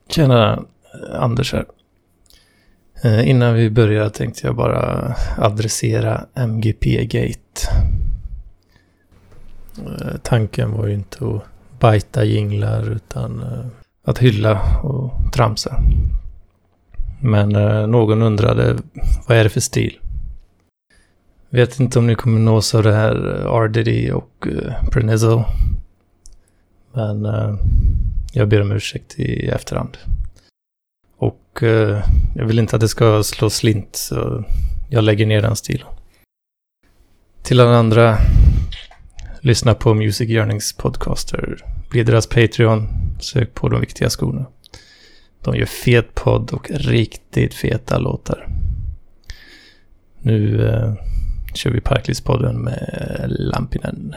Tjena, Anders här. Innan vi börjar tänkte jag bara adressera MGP-gate. Tanken var ju inte att bajta jinglar utan att hylla och tramsa. Men någon undrade, vad är det för stil? Vet inte om ni kommer nås av det här RDD och Prenizzle. Men jag ber om ursäkt i efterhand. Och jag vill inte att det ska slå slint, så jag lägger ner den stilen. Till alla andra, lyssna på Music Yearnings podcaster. Bli deras Patreon, sök på De Viktiga Skorna. De gör fet podd och riktigt feta låtar. Nu kör vi Parklivspodden med Lampinen.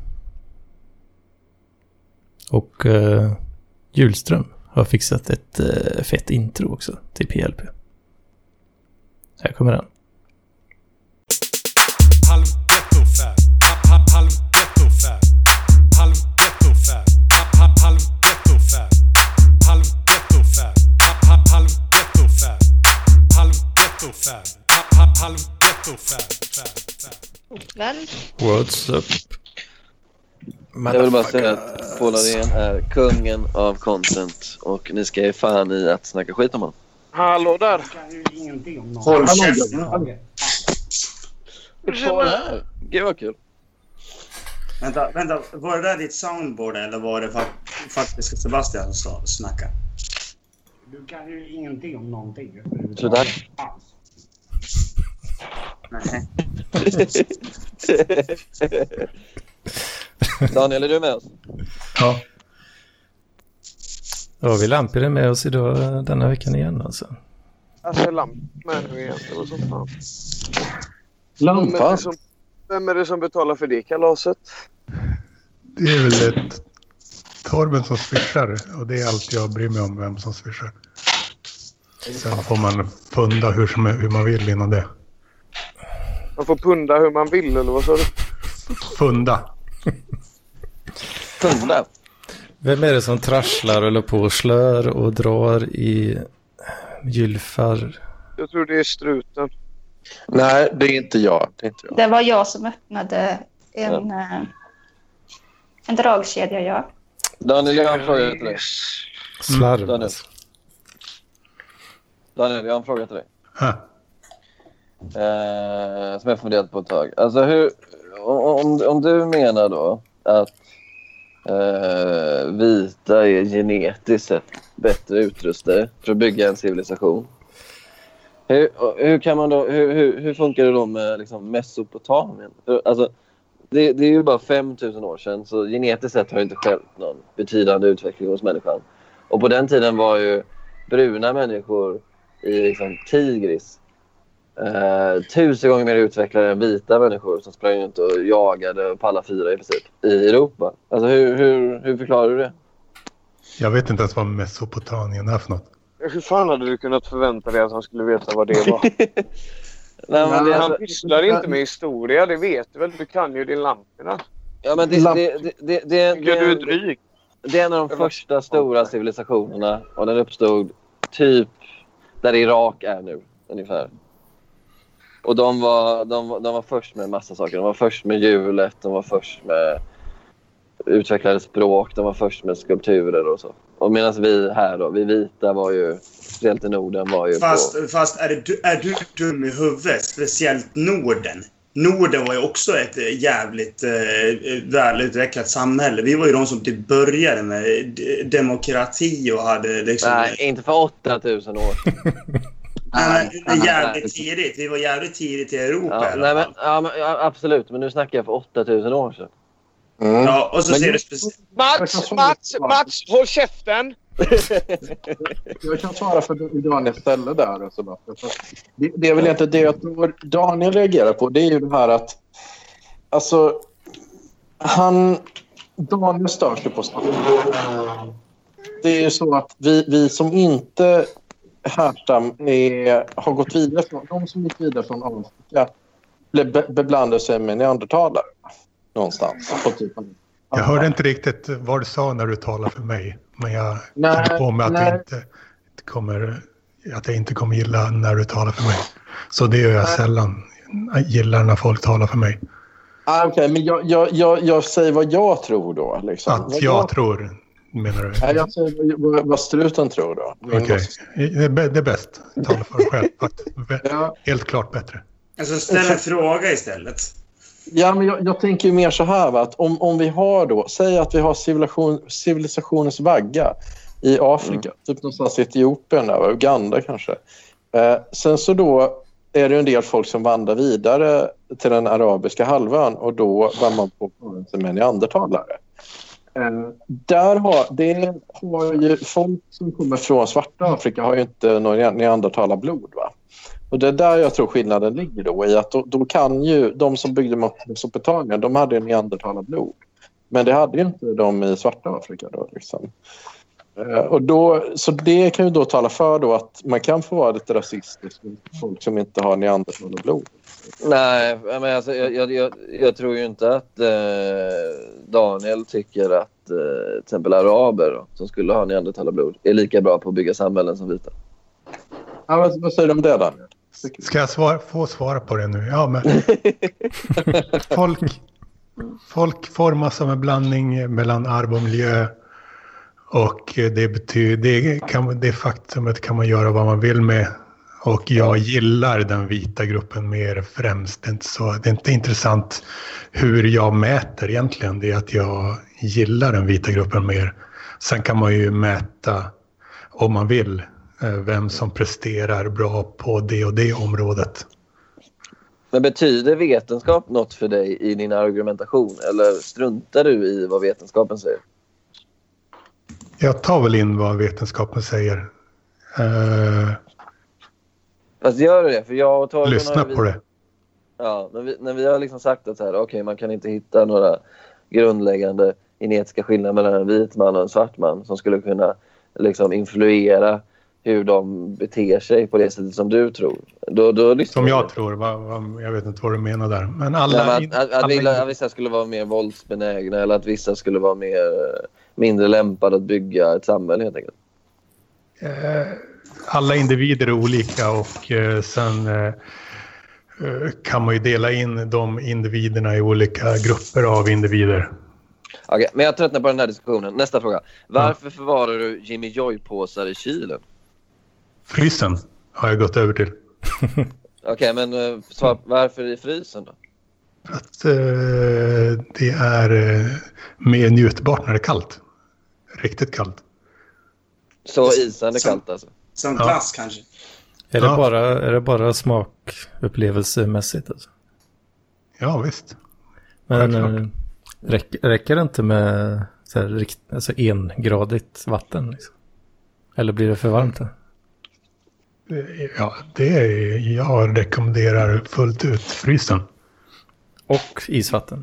Och Julström har fixat ett fett intro också till PLP. Här kommer den. What's up? Jag vill bara säga att Paul Arén är kungen av content och ni ska ge fan i att snacka skit om honom. Hallå där! Håll käften! Här. Gud vad kul. Vänta, var det där ditt soundboard eller var det faktiskt Sebastian som snackade? Du kan ju ingenting om någonting. Sådär. Nej. Daniel, är du med oss? Ja. Ja, vi Lampir är med oss idag denna veckan igen alltså. Alltså Lamp med nu igen, det var så fan. Lampa? Vem är det som betalar för det kalaset? Det är väl ett Torben som swishar och det är allt jag bryr mig om, vem som swishar. Sen får man punda hur man vill innan det. Man får punda hur man vill, eller vad sa du? Punda. Punda? Vem är det som trasslar eller på och slör och drar i gylfar? Jag tror det är struten. Nej, det är inte jag. Det var jag som öppnade en dragkedja, ja. Daniel, jag har en fråga till dig. Slarv. Daniel, jag har en fråga till dig. Som jag funderat på ett tag. Alltså om du menar då att vita är genetiskt sett bättre utrustade för att bygga en civilisation. Hur kan man då hur funkar det då med liksom Mesopotamien? Alltså det är ju bara 5000 år sedan, så genetiskt sett har det inte skett någon betydande utveckling hos människan. Och på den tiden var ju bruna människor i liksom Tigris 1000 gånger mer utvecklade än vita människor som sprang runt och jagade på alla fyra i princip i Europa. Alltså hur förklarar du det? Jag vet inte ens vad Mesopotamien är för något. Hur fan hade du kunnat förvänta dig att han skulle veta vad det var? Nej, men han pysslar inte med historia, det vet du väl? Du kan ju din lamporna. Ja, men du är dryg. Det är en av de första stora civilisationerna och den uppstod typ där Irak är nu ungefär. Och de var först med massa saker. De var först med hjulet, de var först med utvecklade språk, de var först med skulpturer och så. Och medan vi här då, vi vita var ju, speciellt i Norden var ju Fast är du dum i huvudet? Speciellt Norden. Norden var ju också ett jävligt välutvecklat samhälle. Vi var ju de som typ började med demokrati och hade liksom... Nej, inte för 8000 år. Jävligt tidigt. Vi var jävligt tidigt i Europa. Men absolut, men nu snackar jag för 8000 år sedan. Mm. Ja, och så ser du Mats, håll käften! Jag kan svara för Daniels ställe där. Och så. Det är väl inte det jag tror Daniel reagerar på. Det är ju det här att alltså Daniel stör sig på sånt. Det är ju så att vi som inte har gått vidare från de som gick vidare från Afrika beblandade sig med neandertalare någonstans på typ Jag hörde inte riktigt vad du sa när du talade för mig. Men jag känner på mig att jag inte kommer gilla när du talar för mig. Så det gör jag sällan. Jag gillar när folk talar för mig. Okej, men jag säger vad jag tror då. Liksom. Att jag tror, menar du? Nej, jag säger vad struten tror då. Okej, det är bäst. Tala för dig själv. Helt klart bättre. Alltså ställ en fråga istället. Ja, men jag tänker ju mer så här, va? Att om vi har då, säg att vi har civilisationens vagga i Afrika, typ någonstans i Etiopien där, Uganda kanske. Sen så då är det en del folk som vandrar vidare till den arabiska halvön och då var man på med neandertalare. Där har ju folk som kommer från svarta Afrika har ju inte någon neandertalarblod, va? Och det är där jag tror skillnaden ligger då i att då kan ju de som byggde Mesopotamien, de hade neandertalarblod. Men det hade ju inte de i svarta Afrika då liksom. Och då, så det kan ju då tala för då att man kan få vara lite rasistisk med folk som inte har neandertalarblod. Nej, men alltså, jag tror ju inte att Daniel tycker att till exempel araber då, som skulle ha neandertalarblod är lika bra på att bygga samhällen som vita. Ja, vad säger du om det, Daniel? Ska jag få svara på det nu? Ja, men folk formas som en blandning mellan arv och miljö. Och det betyder, det faktumet kan man göra vad man vill med. Och jag gillar den vita gruppen mer främst. Det är inte intressant hur jag mäter egentligen. Det är att jag gillar den vita gruppen mer. Sen kan man ju mäta, om man vill, vem som presterar bra på det och det området. Men betyder vetenskap något för dig i din argumentation? Eller struntar du i vad vetenskapen säger? Jag tar väl in vad vetenskapen säger. Fast gör det, för jag och Torben lyssna på det. Ja, när vi har liksom sagt att så här, okej, man kan inte hitta några grundläggande genetiska skillnader mellan en vit man och en svart man som skulle kunna liksom influera hur de beter sig på det sättet som du tror. Då som jag tror, jag vet inte vad du menar där. Men att vissa skulle vara mer våldsbenägna eller att vissa skulle vara mindre lämpade att bygga ett samhälle helt enkelt. Alla individer är olika och sen kan man ju dela in de individerna i olika grupper av individer. Okej, men jag tröttnar på den här diskussionen. Nästa fråga. Varför förvarar du Jimmy Joy-påsar i kylen? Frysen har jag gått över till. Okej, men varför i frysen då? Att det är mer njutbart när det är kallt. Riktigt kallt. Så isen är kallt alltså? Som glass kanske. Är det bara smakupplevelsemässigt alltså? Ja, visst. Men räcker det inte med så här, alltså engradigt vatten liksom? Eller blir det för varmt då? Ja, jag rekommenderar fullt ut frysen. Och isvatten.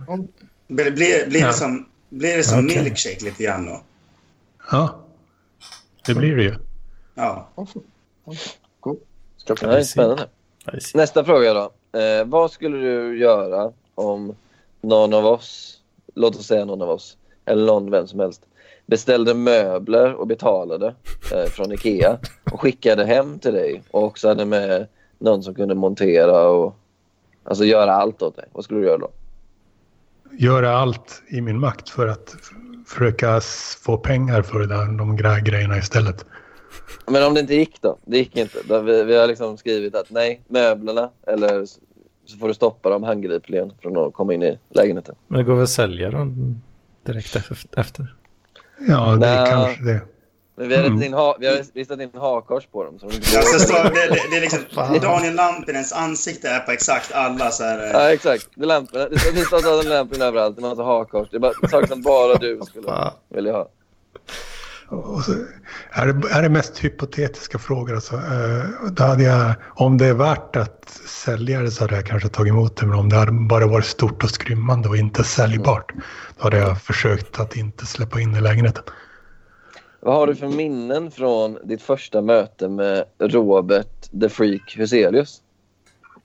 Blir det som milkshake lite grann då? Ja, det blir det ju. Ja. Cool. Det är spännande. Nästa fråga då. Vad skulle du göra om någon av oss, låt oss säga någon av oss, eller vem som helst, beställde möbler och betalade från Ikea och skickade hem till dig och också hade med någon som kunde montera och alltså göra allt åt dig? Vad skulle du göra då? Göra allt i min makt för att försöka få pengar för de grejerna istället. Men om det inte gick då? Det gick inte. Vi har liksom skrivit att nej, möblerna eller så får du stoppa dem handgripligen från att komma in i lägenheten. Men det går väl att sälja dem direkt efter? Ja, det är kanske det. Men vi har ristat in hakkors på dem. Så de det är liksom Daniel Lampinens ansikte är på exakt alla så här. Ja, exakt. Det finns en lampen överallt. Det är en massa hakkors. Det är bara saker som bara du skulle vilja ha. Och så är det mest hypotetiska frågor alltså. Då hade jag, om det är värt att sälja det så hade jag kanske tagit emot det, men om det hade bara varit stort och skrymmande och inte säljbart, då hade jag försökt att inte släppa in i lägenheten. Vad har du för minnen från ditt första möte med Robert the Freak Huselius?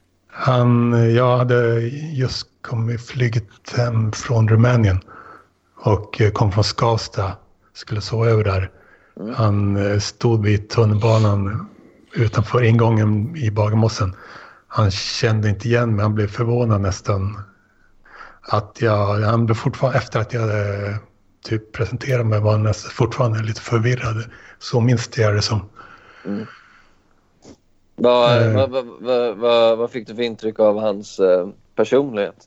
Jag hade just flygit hem från Rumänien och kom från Skavsta, skulle sova över där. Han stod vid tunnelbanan utanför ingången i Bagarmossen. Han kände inte igen mig, han blev förvånad nästan. Han blev fortfarande, efter att jag hade typ presenterat mig, var han fortfarande lite förvirrad. Så minns jag det som. Vad fick du för intryck av hans personlighet?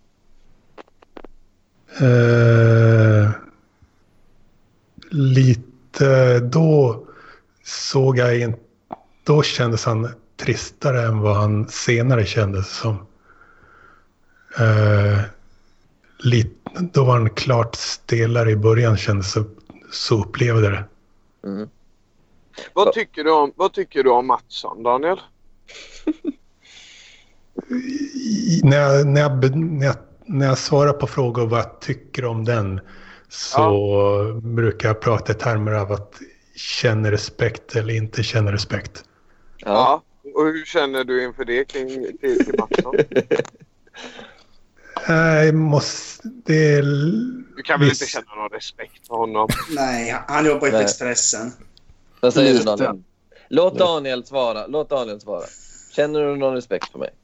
Lite, då såg jag inte, då kändes han tristare än vad han senare kändes som. Då var han klart stelare i början, kändes så upplevde det. Vad tycker du om Mattsson, Daniel? När jag svarar på frågor vad jag tycker om den, så brukar jag prata i termer av att känna respekt eller inte känna respekt. Ja. Och hur känner du inför det till Mattsson? Du kan väl inte känna någon respekt för honom? Nej, han jobbar i Expressen. Vad säger du, Daniel? Låt Daniel svara. Känner du någon respekt för mig?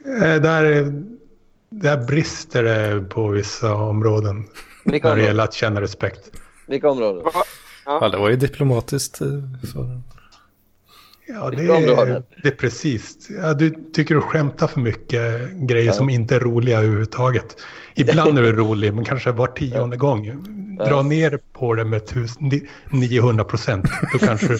Där brister det på vissa områden. När det gäller att känna respekt. Vilka områden? Ja, det var ju diplomatiskt. Så. Ja, det är precis. Ja, du tycker du skämtar för mycket grejer som inte är roliga överhuvudtaget. Ibland är det roligt, men kanske var 10:e gång. Dra ner på det med 900%. Då kanske...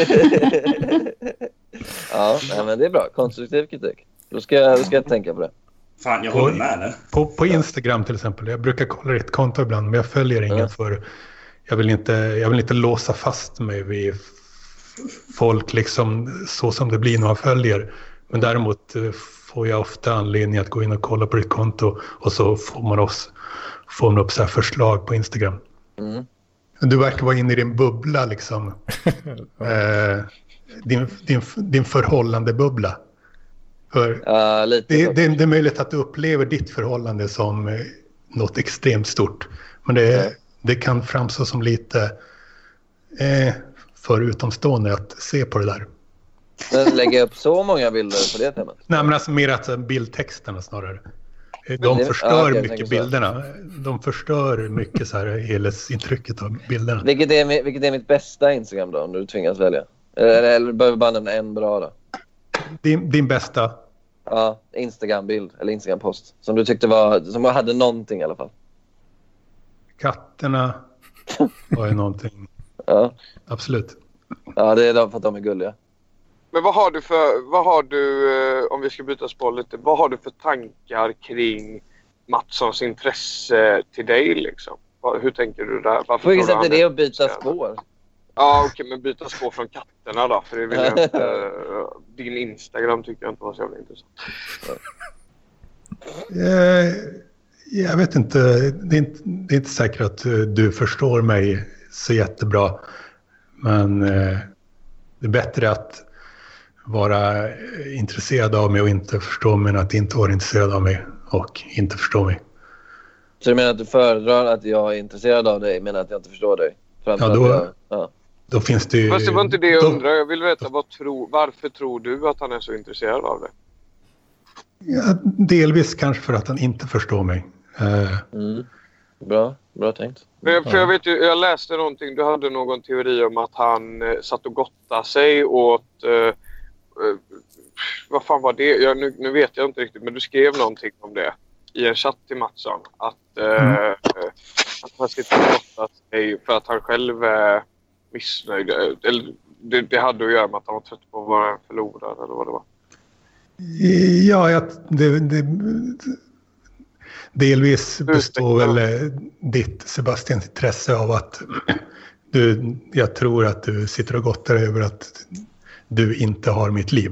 Ja, men det är bra. Konstruktiv kritik. Då ska jag tänka på det. Fan, jag håller med det. På Instagram till exempel. Jag brukar kolla ditt konto ibland, men jag följer ingen för... Jag vill inte låsa fast mig vid folk liksom så som det blir när man följer. Men däremot får jag ofta anledning att gå in och kolla på ditt konto, och så får man upp så här förslag på Instagram. Du verkar vara inne i din bubbla liksom. Din förhållande bubbla. För det är möjligt att du upplever ditt förhållande som något extremt stort. Men det kan framstå som lite för utomstående att se på det där. Men lägger upp så många bilder på det temat? Nej, men alltså mer att bildtexterna snarare. De förstör mycket bilderna. De förstör mycket så här helhetsintrycket av bilderna. Vilket är mitt bästa Instagram då, om du tvingas välja? Eller behöver bara nämna en bra då? Din bästa? Ja, Instagram-bild eller Instagram-post. Som du tyckte som hade någonting i alla fall. Katterna var ju någonting. Ja. Absolut. Ja, det är för att de är gulliga. Men vad har du, om vi ska byta spår lite, vad har du för tankar kring Mattssons intresse till dig liksom? Hur tänker du där? Varför tror du det är att byta spår? Ja, okej, men byta spår från katterna då, för det vill jag inte. Din Instagram tycker jag inte var så jävla intressant. Jag vet inte, det är inte säkert att du förstår mig så jättebra. Men det är bättre att vara intresserad av mig och inte förstå mig än att inte vara intresserad av mig och inte förstå mig. Så du menar att du föredrar att jag är intresserad av dig men att jag inte förstår dig? Då finns det ju... Fast det var inte det jag undrar. Jag vill veta varför tror du att han är så intresserad av dig? Ja, delvis kanske för att han inte förstår mig. Bra tänkt. För jag vet ju, jag läste någonting, du hade någon teori om att han satt och gottade sig åt vad fan var det? Nu vet jag inte riktigt, men du skrev någonting om det i en chatt till Mattsson att han sitter och gottar sig för att han själv är missnöjd. Eller det hade att göra med att han var trött på att vara förlorad eller vad det var. Ja, delvis består väl ditt Sebastians intresse av att jag tror att du sitter och gottar över att du inte har mitt liv.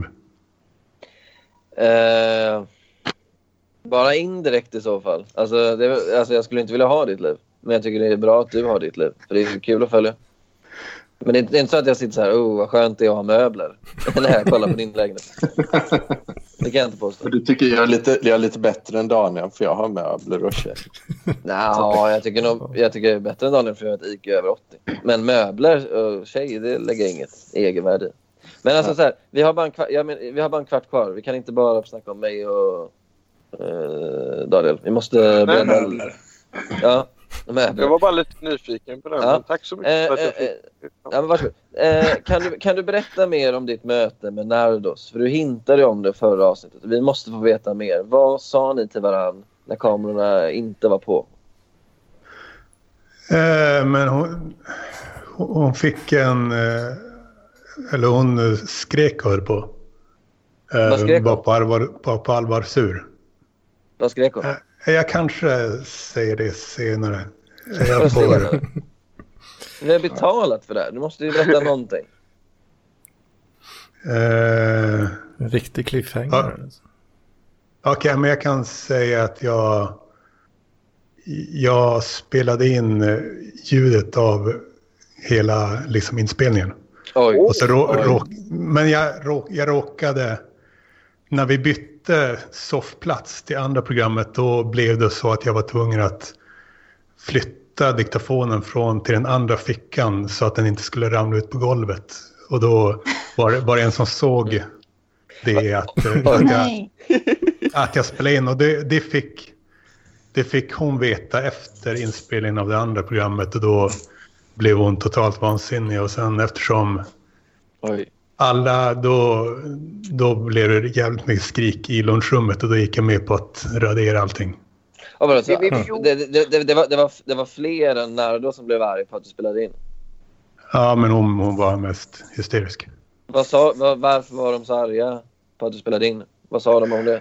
Bara indirekt i så fall. Alltså jag skulle inte vilja ha ditt liv. Men jag tycker det är bra att du har ditt liv. För det är kul att följa. Men det är inte så att jag sitter så här, vad skönt det är att ha möbler. När jag kollar på din lägenhet. Det kan jag inte påstå. Du tycker jag är lite bättre än Daniel för jag har möbler och tjej. Jag tycker jag är bättre än Daniel för jag har ett IQ över 80. Men möbler och tjej, det lägger inget egenvärde i. Men alltså så här, vi har bara en kvart kvar. Vi kan inte bara snacka om mig och Daniel. Vi måste Möbler. Ja, möbler. Jag var bara lite nyfiken på det. Ja. Tack så mycket för att jag fick. Ja, men varsågod. Kan du berätta mer om ditt möte med Nardos? För du hintade om det förra avsnittet. Vi måste få veta mer. Vad sa ni till varann när kamerorna inte var på? Men hon fick en... eller hon skrek hör på. Vad skrek hon? På allvar sur. Vad skrek hon? Jag kanske säger det senare. Vi har betalat för det här. Du måste ju berätta någonting. En riktig cliffhanger. Okej, men jag kan säga att jag spelade in ljudet av hela liksom inspelningen. Oj. Och så men jag råkade, när vi bytte soffplats till andra programmet, då blev det så att jag var tvungen att flytta diktafonen till den andra fickan så att den inte skulle ramla ut på golvet. Och då var det en som såg det att jag spelade in. Och det fick hon veta efter inspelningen av det andra programmet. Och då blev hon totalt vansinnig. Och sen eftersom alla, då blev det jävligt mycket skrik i lunchrummet. Och då gick jag med på att radera allting. Ja, men alltså, det var fler än Nardo som blev arg på att du spelade in. Ja, men hon var mest hysterisk. Varför var de så arga på att du spelade in? Vad sa de om det?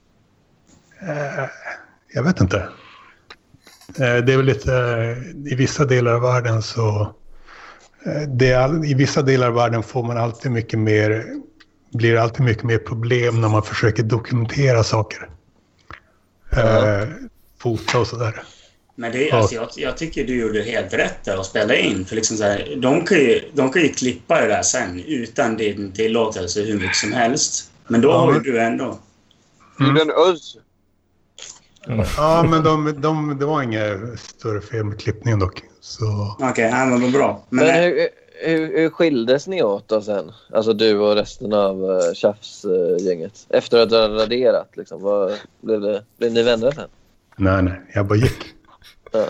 Jag vet inte. Det är väl lite... I vissa delar av världen så... I vissa delar av världen får man alltid mycket mer... Blir det alltid mycket mer problem när man försöker dokumentera saker. Fota och sådär. Men det, alltså, jag tycker du gjorde helt rätt där att spela in. För liksom så här, de kan ju klippa det där sen utan din tillåtelse hur mycket som helst. Men då har ju du ändå... Den özz. Ja, men det var inget större fel med klippningen dock. Okej, men vad bra. Men hur skildes ni åt då sen? Alltså du och resten av tjafsgänget. Efter att du hade raderat liksom. Blev ni vänner sen? Nej, jag bara gick. Ja.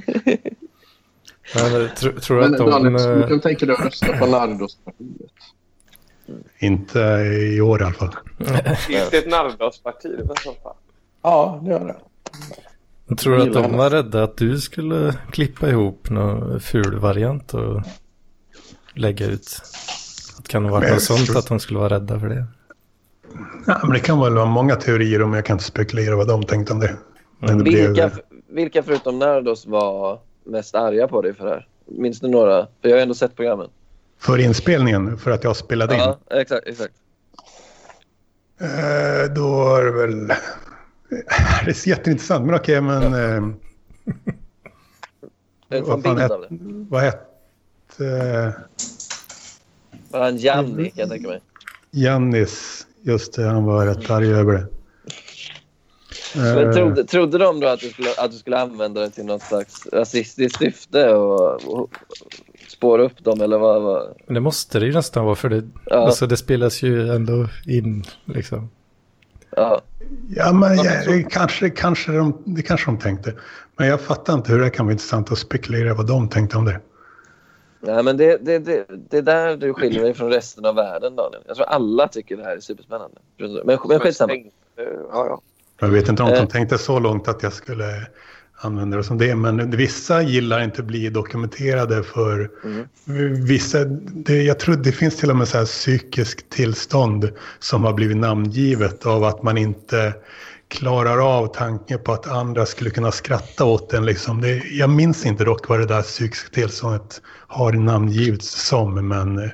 Tror du att Daniel, du kan tänka dig att rösta på Nardos-partiet? Inte i år i alla fall. Finns det ett Nardos-parti? Ja, det gör det. Jag tror att de var rädda att du skulle klippa ihop någon ful variant och lägga ut. Det kan ha varit något sånt att de skulle vara rädda för det. Ja, men det kan väl vara många teorier om jag kan inte spekulera vad de tänkte om det. Men vilka förutom Nardos var mest arga på dig för det här? Minns du några? För jag har ändå sett programmen. För inspelningen, för att jag spelade in? Ja, exakt. Då är det väl... Det är jätteintressant, men okej, men... Vad hette... Var han Janni, kan jag tänka mig? Jannis, just det, han var rätt arg över det. Men trodde de då att du skulle använda det till något slags rasistiskt syfte och spåra upp dem, eller vad? Det måste det ju nästan vara, för det, alltså det spelas ju ändå in liksom. Ja, men det kanske de tänkte. Men jag fattar inte hur det kan vara intressant att spekulera vad de tänkte om det. Nej, men det är där du skiljer dig från resten av världen, Daniel. Jag tror alla tycker det här är superspännande. Men skitsamma. Ja. Jag vet inte om de tänkte så långt att jag skulle använda det som det. Men vissa gillar inte bli dokumenterade för vissa... Jag tror det finns till och med så här psykisk tillstånd som har blivit namngivet av att man inte klarar av tanken på att andra skulle kunna skratta åt den. Liksom. Jag minns inte dock vad det där psykiska tillståndet har namngivits som, men...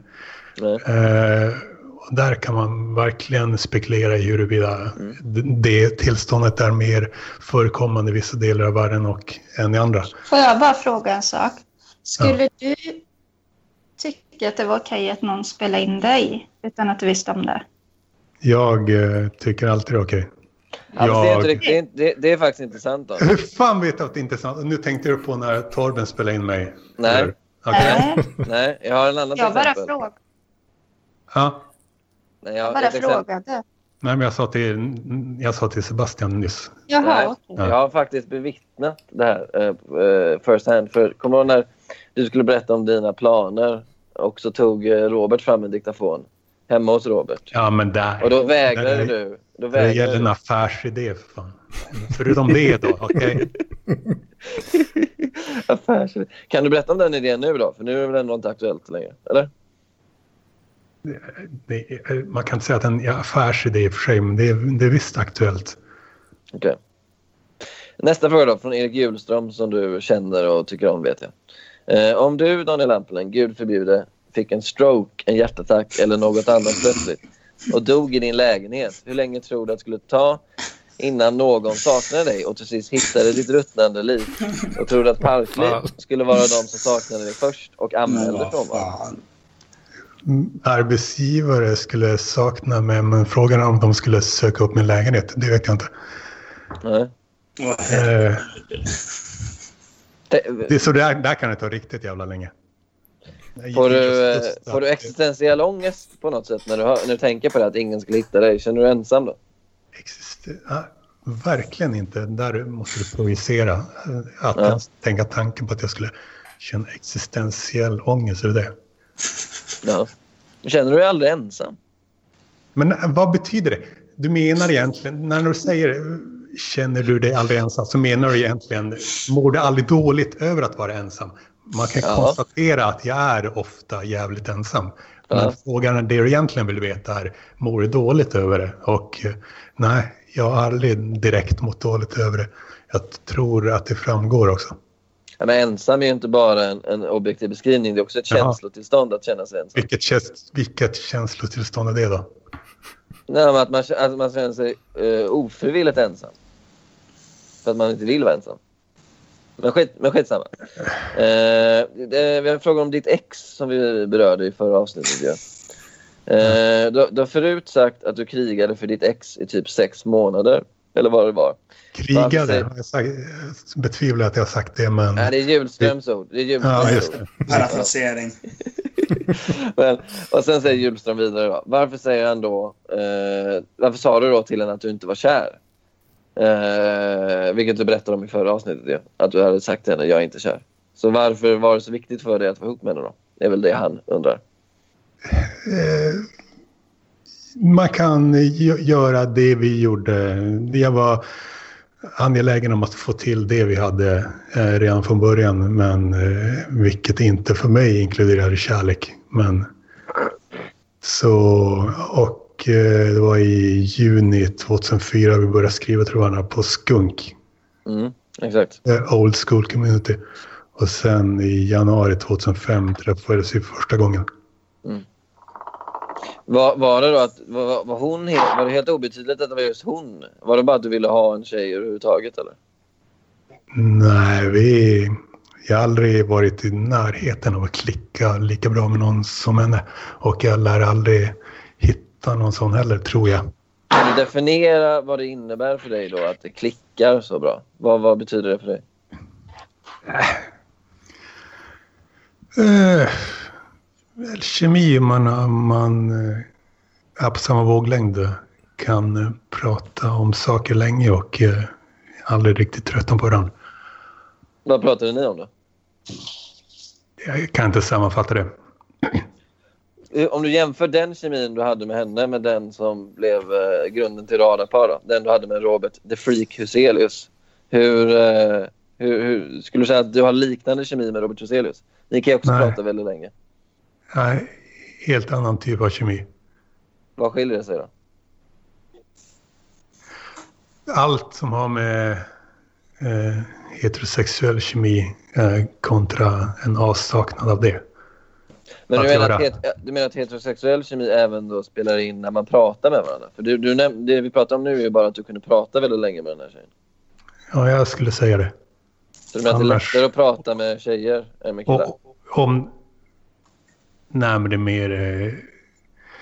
Där kan man verkligen spekulera i huruvida det tillståndet är mer förekommande i vissa delar av världen än i andra. Får jag bara fråga en sak? Skulle du tycka att det var okej att någon spelade in dig utan att du visste om det? Jag tycker alltid det är okej. Ja, det är faktiskt intressant då. Hur fan vet jag att det är intressant? Nu tänkte du på när Torben spelade in mig. Nej. Okay. Nej, jag har en annan jag exempel. bara frågade. Ja. Nej, jag bara frågade. Nej, men jag sa till Sebastian nyss. Jaha, okej. Jag har faktiskt bevittnat det här first hand. För kommer du ihåg när du skulle berätta om dina planer och så tog Robert fram en diktafon hemma hos Robert. Ja, men där. Och då vägrade du. Det gäller en affärsidé för fan. Förutom det då, okej? Affärsidé. Kan du berätta om den idén nu då? För nu är det väl ändå inte aktuellt längre, eller? Man kan inte säga att en affärsidé i och för sig, men det är visst aktuellt. Okej. Nästa fråga då, från Erik Hjulström som du känner och tycker om, vet jag. Om du, Daniel Lampelen, Gud förbjude, fick en stroke, en hjärtattack eller något annat plötsligt och dog i din lägenhet, hur länge tror du att det skulle ta innan någon saknade dig och till sist hittade ditt ruttnande liv? Och tror du att Parkliv skulle vara de som saknade dig först och anmälde från varandra? Arbetsgivare skulle sakna mig, men frågan är om de skulle söka upp min lägenhet. Det vet jag inte. Nej. Det är så där kan det ta riktigt jävla länge. Får du existentiell ångest på något sätt när du tänker på det, att ingen skulle hitta dig? Känner du ensam då? Verkligen inte. Där måste du projicera. Att tänka tanken på att jag skulle känna existentiell ångest, är det? Ja. Känner du dig aldrig ensam? Men vad betyder det? Du menar egentligen, när du säger känner du dig aldrig ensam, så menar du egentligen, mår du aldrig dåligt över att vara ensam? Man kan konstatera att jag är ofta jävligt ensam. Men frågan är, det du egentligen vill veta är, mår du dåligt över det? Och nej, jag har aldrig direkt mått dåligt över det. Jag tror att det framgår också. Ja, men ensam är ju inte bara en objektiv beskrivning. Det är också ett känslotillstånd att känna sig ensam. Vilket känslotillstånd är det då? Nej, men att man känner sig ofrivilligt ensam. För att man inte vill vara ensam. Men skitsamma. Vi har frågat om ditt ex som vi berörde i förra avsnittet. Du har förut sagt att du krigade för ditt ex i typ 6 månader. Eller vad det var. Krigade? Jag betvivlar att jag har sagt det, men... Nej, det är Hjulströms ord. Ja, just det. Parafrasering. Och sen säger Hjulström vidare då. Varför säger han då... varför sa du då till henne att du inte var kär? Vilket du berättade om i förra avsnittet. Ja. Att du hade sagt till henne, jag är inte kär. Så varför var det så viktigt för dig att vara ihop med henne då? Det är väl det han undrar. Man kan göra det vi gjorde. Jag var angelägen om att få till det vi hade redan från början, men vilket inte för mig inkluderade kärlek. Men så, och det var i juni 2004 vi började skriva till varandra på Skunk. Exakt. Old School Community. Och sen i januari 2005 träffades vi första gången. Var det då att var det helt obetydligt att det var just hon? Var det bara att du ville ha en tjej överhuvudtaget, eller? Nej, jag har aldrig varit i närheten av att klicka lika bra med någon som henne. Och jag lär aldrig hitta någon sån heller, tror jag. Kan du definiera vad det innebär för dig då, att det klickar så bra? Vad betyder det för dig? Kemi, man är på samma våglängd, kan prata om saker länge och aldrig riktigt tröttna på varandra. Vad pratade ni om då? Jag kan inte sammanfatta det. Om du jämför den kemin du hade med henne med den som blev grunden till Radarpar då, den du hade med Robert The Freak Huselius, hur skulle du säga att du har liknande kemi med Robert Huselius? Ni kan ju också prata väldigt länge. Nej, helt annan typ av kemi. Vad skiljer det sig då? Allt som har med heterosexuell kemi kontra en avsaknad av det. Men du menar att heterosexuell kemi även då spelar in när man pratar med varandra? För det vi pratar om nu är ju bara att du kunde prata väldigt länge med den här tjejen. Ja, jag skulle säga det. Så du menar att det är lättare att prata med tjejer än med killar? Nej, men det är mer...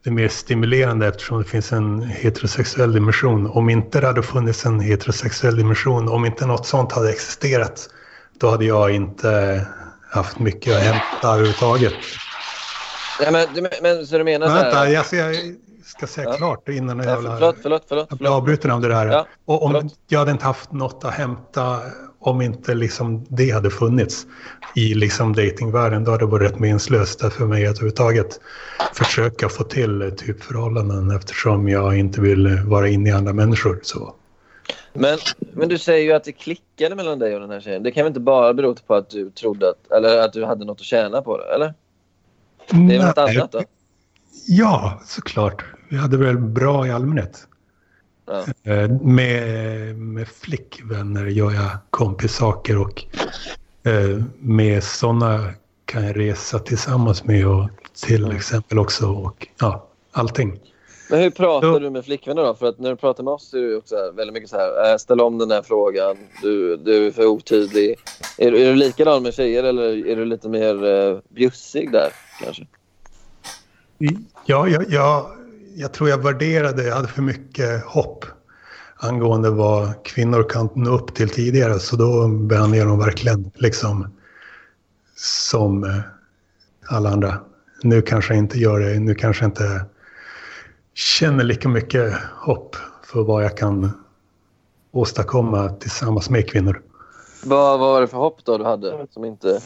det är mer stimulerande eftersom det finns en heterosexuell dimension. Om inte det hade funnits en heterosexuell dimension, om inte något sånt hade existerat, då hade jag inte haft mycket att hämta överhuvudtaget. Ja, men så du menar men vänta, jag ska säga klart innan jag förlåt. avbryter om det där. Ja, och om jag hade inte haft något att hämta, om inte liksom det hade funnits i liksom datingvärlden, då hade det varit rätt meningslöst för mig att överhuvudtaget försöka få till typ förhållanden, eftersom jag inte vill vara inne i andra människor. Så. Men du säger ju att det klickade mellan dig och den här tjejen. Det kan väl inte bara bero på att du trodde att du hade något att tjäna på det, eller? Det är väl något annat då? Ja, såklart. Vi hade väl bra i allmänhet. Ja. Med flickvänner gör jag kompissaker och med sådana kan jag resa tillsammans med och till exempel också och allting. Men hur pratar du med flickvänner då? För att när du pratar med oss är det också här, väldigt mycket så här, ställ om den här frågan, du är för otydlig. Är du likadan med tjejer eller är du lite mer bjussig där kanske? Ja, jag tror jag hade för mycket hopp angående vad kvinnor kan nå upp till tidigare, så då behandlar jag dem verkligen liksom som alla andra. Nu kanske jag inte gör det, nu kanske jag inte känner lika mycket hopp för vad jag kan åstadkomma tillsammans med kvinnor. Vad var det för hopp då du hade som inte...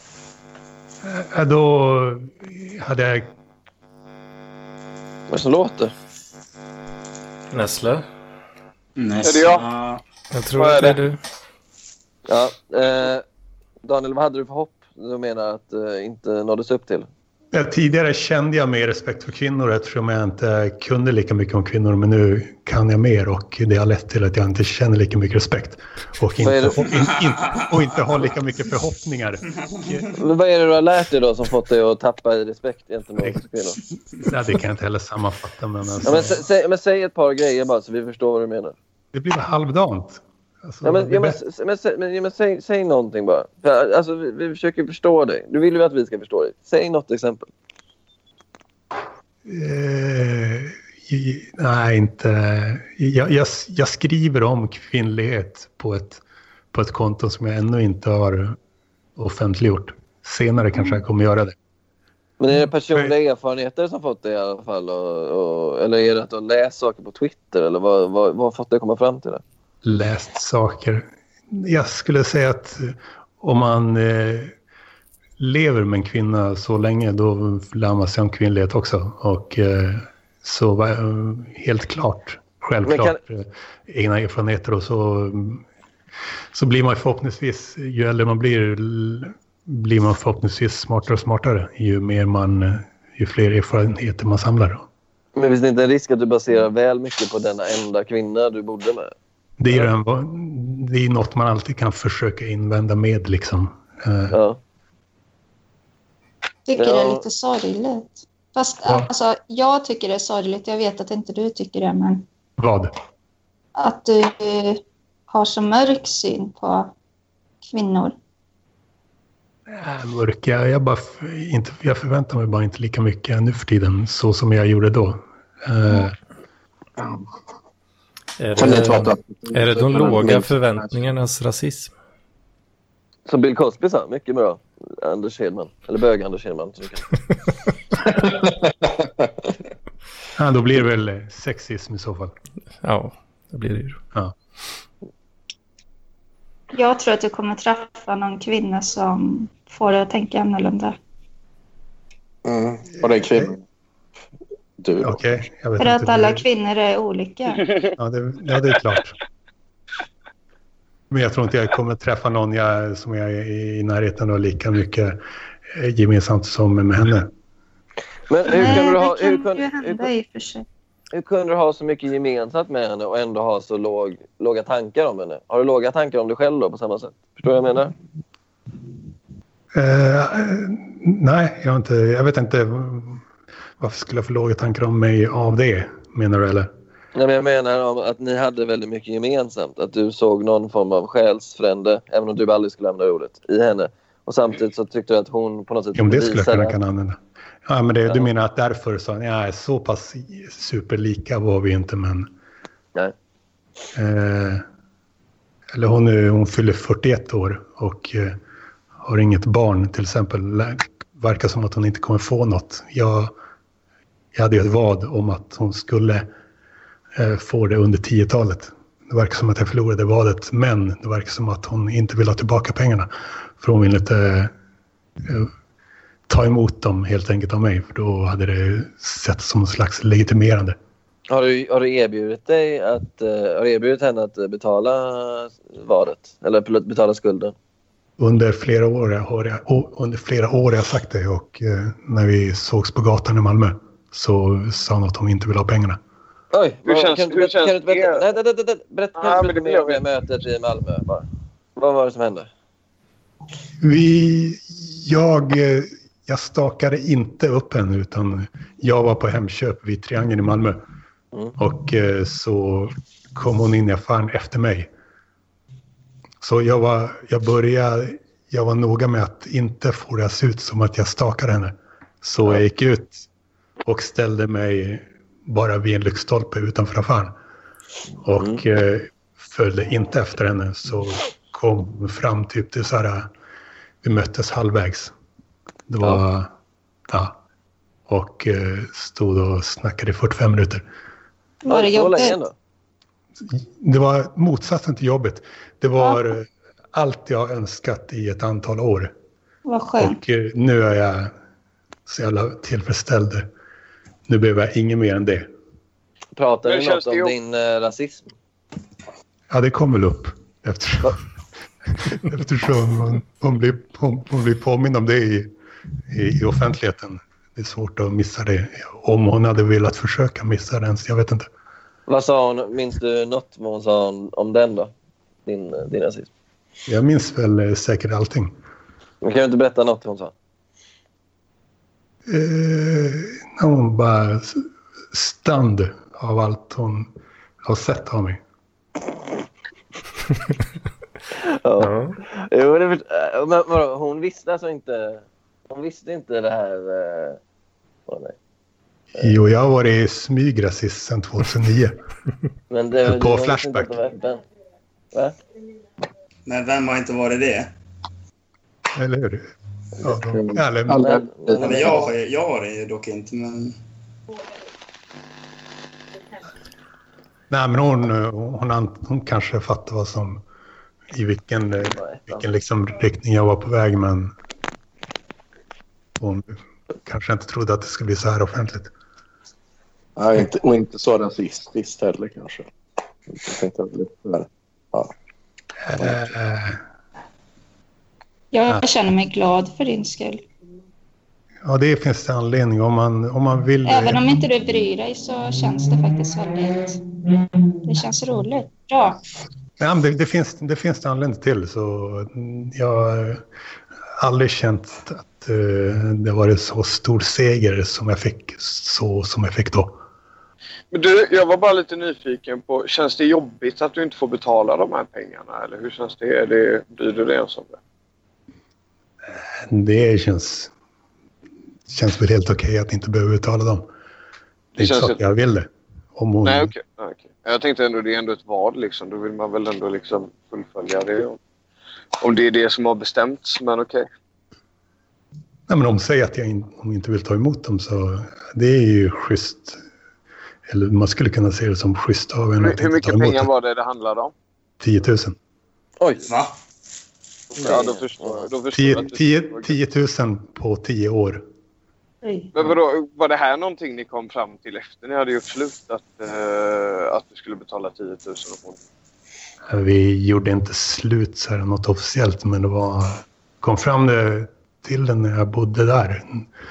Då hade jag... Vad som låter? Nässlor? Är det jag? Jag tror att det är du. Ja, Daniel, vad hade du för hopp du menar att inte nåddes upp till? Tidigare kände jag mer respekt för kvinnor eftersom jag inte kunde lika mycket om kvinnor, men nu kan jag mer och det har lett till att jag inte känner lika mycket respekt och inte har lika mycket förhoppningar. Men vad är det du har lärt dig då som fått dig att tappa i respekt gentemot kvinnor? Nej, det kan jag inte heller sammanfatta. Men, alltså... men säg ett par grejer bara så vi förstår vad du menar. Det blir halvdant. Alltså, säg någonting bara. Alltså, vi försöker förstå dig. Du vill ju att vi ska förstå dig. Säg något exempel. Nej, inte. Jag skriver om kvinnlighet på ett konto som jag ännu inte har offentliggjort. Senare kanske jag kommer göra det. Men är det personliga erfarenheter som fått det i alla fall? Eller är det att du har läst saker på Twitter? Eller vad har fått dig att komma fram till det? Läst saker. Jag skulle säga att om man lever med en kvinna så länge, då lär man sig om kvinnlighet också. Och så var helt klart, självklart, egna erfarenheter. Och så blir man förhoppningsvis, ju äldre man blir man förhoppningsvis smartare och smartare. Ju fler erfarenheter man samlar. Men finns det inte en risk att du baserar väl mycket på denna enda kvinna du bodde med? Det är något man alltid kan försöka invända med liksom. Ja. Tycker det är lite sorgligt. Fast alltså, jag tycker det är sorgligt. Jag vet att inte du tycker det, men... Vad? Att du har så mörk syn på kvinnor. Mörk. Jag förväntar mig bara inte lika mycket nu för tiden så som jag gjorde då. Är det de låga förväntningarnas rasism? Som Bill Cosby sa, mycket bra. Anders Hedman. Eller bög-Anders Hedman. Ja, då blir det väl sexism i så fall. Ja, det blir det ju. Ja. Jag tror att du kommer träffa någon kvinna som får dig att tänka annorlunda. Och det är kvinna. Du. Okej, jag vet för inte att alla kvinnor är olika. Ja, det är klart. Men jag tror inte jag kommer träffa någon som jag är i närheten och lika mycket gemensamt som med henne. Men hur kunde du ha så mycket gemensamt med henne och ändå ha så låga tankar om henne? Har du låga tankar om dig själv då på samma sätt? Förstår du vad jag menar? Nej, jag vet inte. Varför skulle jag få låga tankar om mig av det, menar du eller? Nej, men jag menar att ni hade väldigt mycket gemensamt. Att du såg någon form av själsfrände, även om du aldrig skulle använda ordet, i henne. Och samtidigt så tyckte du att hon på något sätt... Ja, men det skulle jag kunna använda. Ja, men du menar att därför så ja, så pass superlika var vi inte, men... Nej. Eller hon fyller 41 år och har inget barn till exempel. Verkar som att hon inte kommer få något. Jag hade ett vad om att hon skulle få det under 10-talet. Det verkar som att jag förlorade vadet, men det verkar som att hon inte vill ha tillbaka pengarna. För hon vill inte ta emot dem helt enkelt av mig, för då hade det sett som en slags legitimerande. Har du erbjudit henne att betala vadet? Eller betala skulden? Under flera år har jag sagt det, och när vi sågs på gatan i Malmö så sa hon att hon inte vill ha pengarna. Oj, kan du berätta mer om mötet i Malmö? Vad var det som hände? Jag stakade inte upp henne, utan jag var på Hemköp vid Triangeln i Malmö. Och så kom hon in i affären efter mig. Så jag var noga med att inte få det se ut som att jag stakade henne. Så jag gick ut och ställde mig bara vid en lyktstolpe utanför affären. Och följde inte efter henne, så kom hon fram typ till så här, vi möttes halvvägs. Det var och stod och snackade i 45 minuter. Var det jobbigt? Det var motsatsen till jobbet. Det var allt jag önskat i ett antal år. Vad skönt. Och nu är jag så jävla tillfredsställd. Nu behöver jag inget mer än det. Pratar du något om din rasism? Ja, det kommer väl upp. Eftersom hon blir påmind om det i offentligheten. Det är svårt att missa det. Om hon hade velat försöka missa den, så jag vet inte. Vad sa hon? Minns du något vad hon sa om den då? Din rasism? Jag minns väl säkert allting. Men kan du inte berätta något hon sa? När hon bara stand av allt hon har sett av mig. Ja. Jo, men hon visste alltså inte... Hon visste inte det här... Jo, jag har varit smygrasist sedan 2009. Men det, på Flashback. Va? Men vem har inte varit det? Eller hur? Ja, men jag har det dock inte, men... Nej, men hon kanske fattar vad som... I vilken liksom riktning jag var på väg, men... Hon kanske inte trodde att det skulle bli så här offentligt. Nej, inte så rasistiskt heller kanske. Jag tänkte lite där. Jag känner mig glad för din skull. Ja, det finns det anledning. Om man vill... Även om inte du bryr dig så känns det faktiskt väldigt... Det känns roligt. Bra. Ja, men det finns det anledning till. Så jag har aldrig känt att det var en så stor seger som jag fick då. Men du, jag var bara lite nyfiken på, känns det jobbigt att du inte får betala de här pengarna? Eller hur känns det? Blir du det som det? Det känns väl helt okej att inte behöva betala dem. Det är inte så att jag vill det. Nej, okej. Jag tänkte ändå det är ändå ett vad liksom. Då vill man väl ändå liksom fullfölja det. Om det är det som har bestämts, men okej. Nej, men om säger att om inte vill ta emot dem, så det är ju schysst. Eller man skulle kunna se det som schysst av en. Hur mycket pengar var det handlade om? 10 000. Oj, va? Ja, då förstår 10 000 på 10 år. Men vadå, var det här någonting ni kom fram till efter ni hade gjort slut att du skulle betala 10 000? Vi gjorde inte slut så här något officiellt, men det kom fram till den när jag bodde där.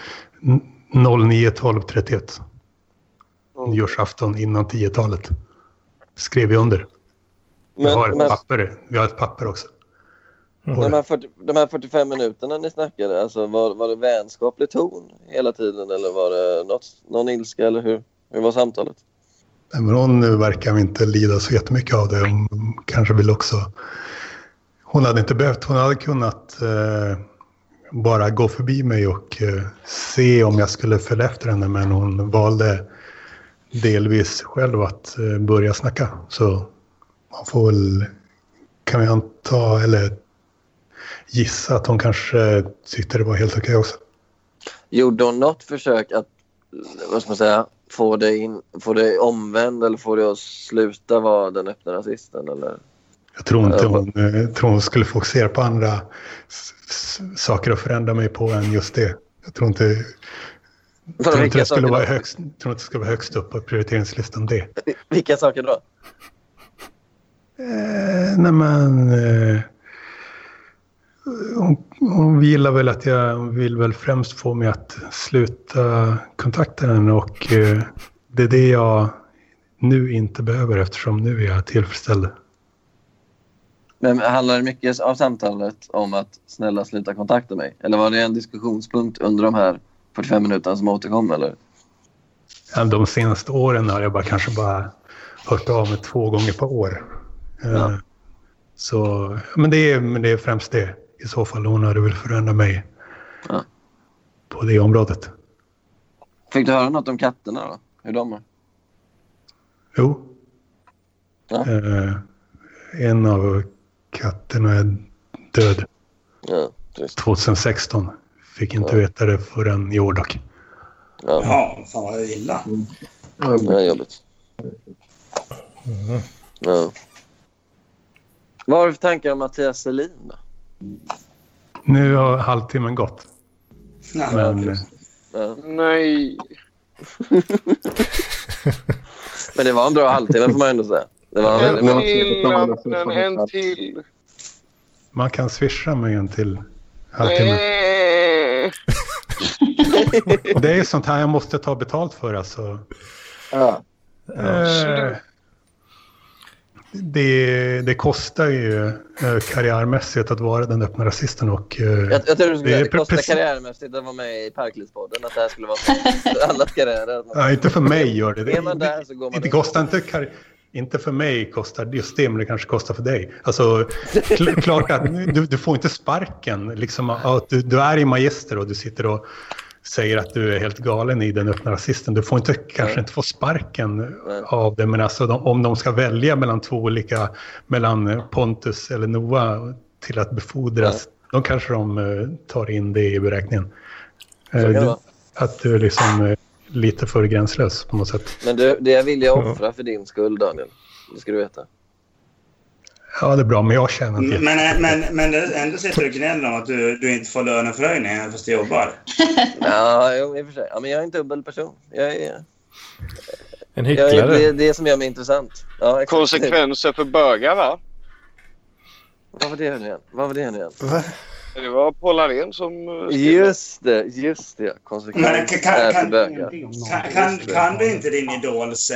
09/12/31. Nyårsafton innan 10-talet. Skrev vi under. Vi har ett papper också. De här 45 minuterna ni snackade, alltså var det vänskaplig ton hela tiden, eller var det någon ilska, eller hur var samtalet? Nej, men hon verkar inte lida så jättemycket av det. Hon kanske vill också... Hon hade inte behövt, hon hade kunnat bara gå förbi mig och se om jag skulle följa efter henne. Men hon valde delvis själv att börja snacka. Så man får väl, kan vi anta eller gissa att hon kanske tyckte det var helt okej också. Gjorde hon något försök att, vad ska man säga, få dig omvänd eller få dig att sluta vara den öppna rasisten? Eller? Jag tror inte hon skulle fokusera på andra saker att förändra mig på än just det. Jag tror inte det skulle vara högst upp på prioriteringslistan det. Vilka saker då? Hon gillar väl att jag vill väl främst få mig att sluta kontakta henne och det är det jag nu inte behöver eftersom nu är jag tillfredsställd. Men handlar det mycket av samtalet om att snälla sluta kontakta mig? Eller var det en diskussionspunkt under de här 45 minuterna som återkom eller? Ja, de senaste åren har jag kanske bara hört av mig 2 gånger per år. Ja. Så, men det är främst det. I så fall hon hade väl förändra mig på det området. Fick du höra något om katterna då? Hur de är? Jo. Ja. En av katterna är död. Ja, 2016. Fick inte veta det förrän i år dock. Ja, fan vad illa. Det är jobbigt. Ja. Vad har du för tankar om Mattias Selin då? Nu har halvtimmen gått. Men... Nej. Men det var en bra halvtimme får man ändå säga. Det var en till. Man kan swisha mig en till halvtimme. Det är sånt här jag måste ta betalt för alltså. Ja. Det kostar ju karriärmässigt att vara den öppna rasisten och jag tror det kostar karriärmässigt att vara med i Parklivspodden, att det här skulle vara allas karriärer. Ja, inte för mig gör det. Är man där så går man det kostar inte för mig kostar just det, men det kanske kostar för dig. Alltså klart att du får inte sparken liksom att du är i Magister och du sitter och säger att du är helt galen i den öppna rasisten. Du får kanske inte få sparken av det. Men alltså om de ska välja mellan 2 olika, mellan Pontus eller Noah till att befordras, då kanske de tar in det i beräkningen. Att du är liksom lite för gränslös på något sätt. Men det vill jag offra för din skull, Daniel. Det ska du veta. Ja, det är bra, men jag känner inte. Men ändå sitter du gnäller om att du inte får löneförhöjning fast du jobbar. Ja, i och för sig. Ja, men jag är en dubbel person. Jag är en hycklare. Det är det som gör mig intressant. Ja, konsekvenser för bögar, va? Vad var det nu igen? Va? Det var Paul Arén som... Just det. Konsekvenser för bögar. Kan du inte din idols...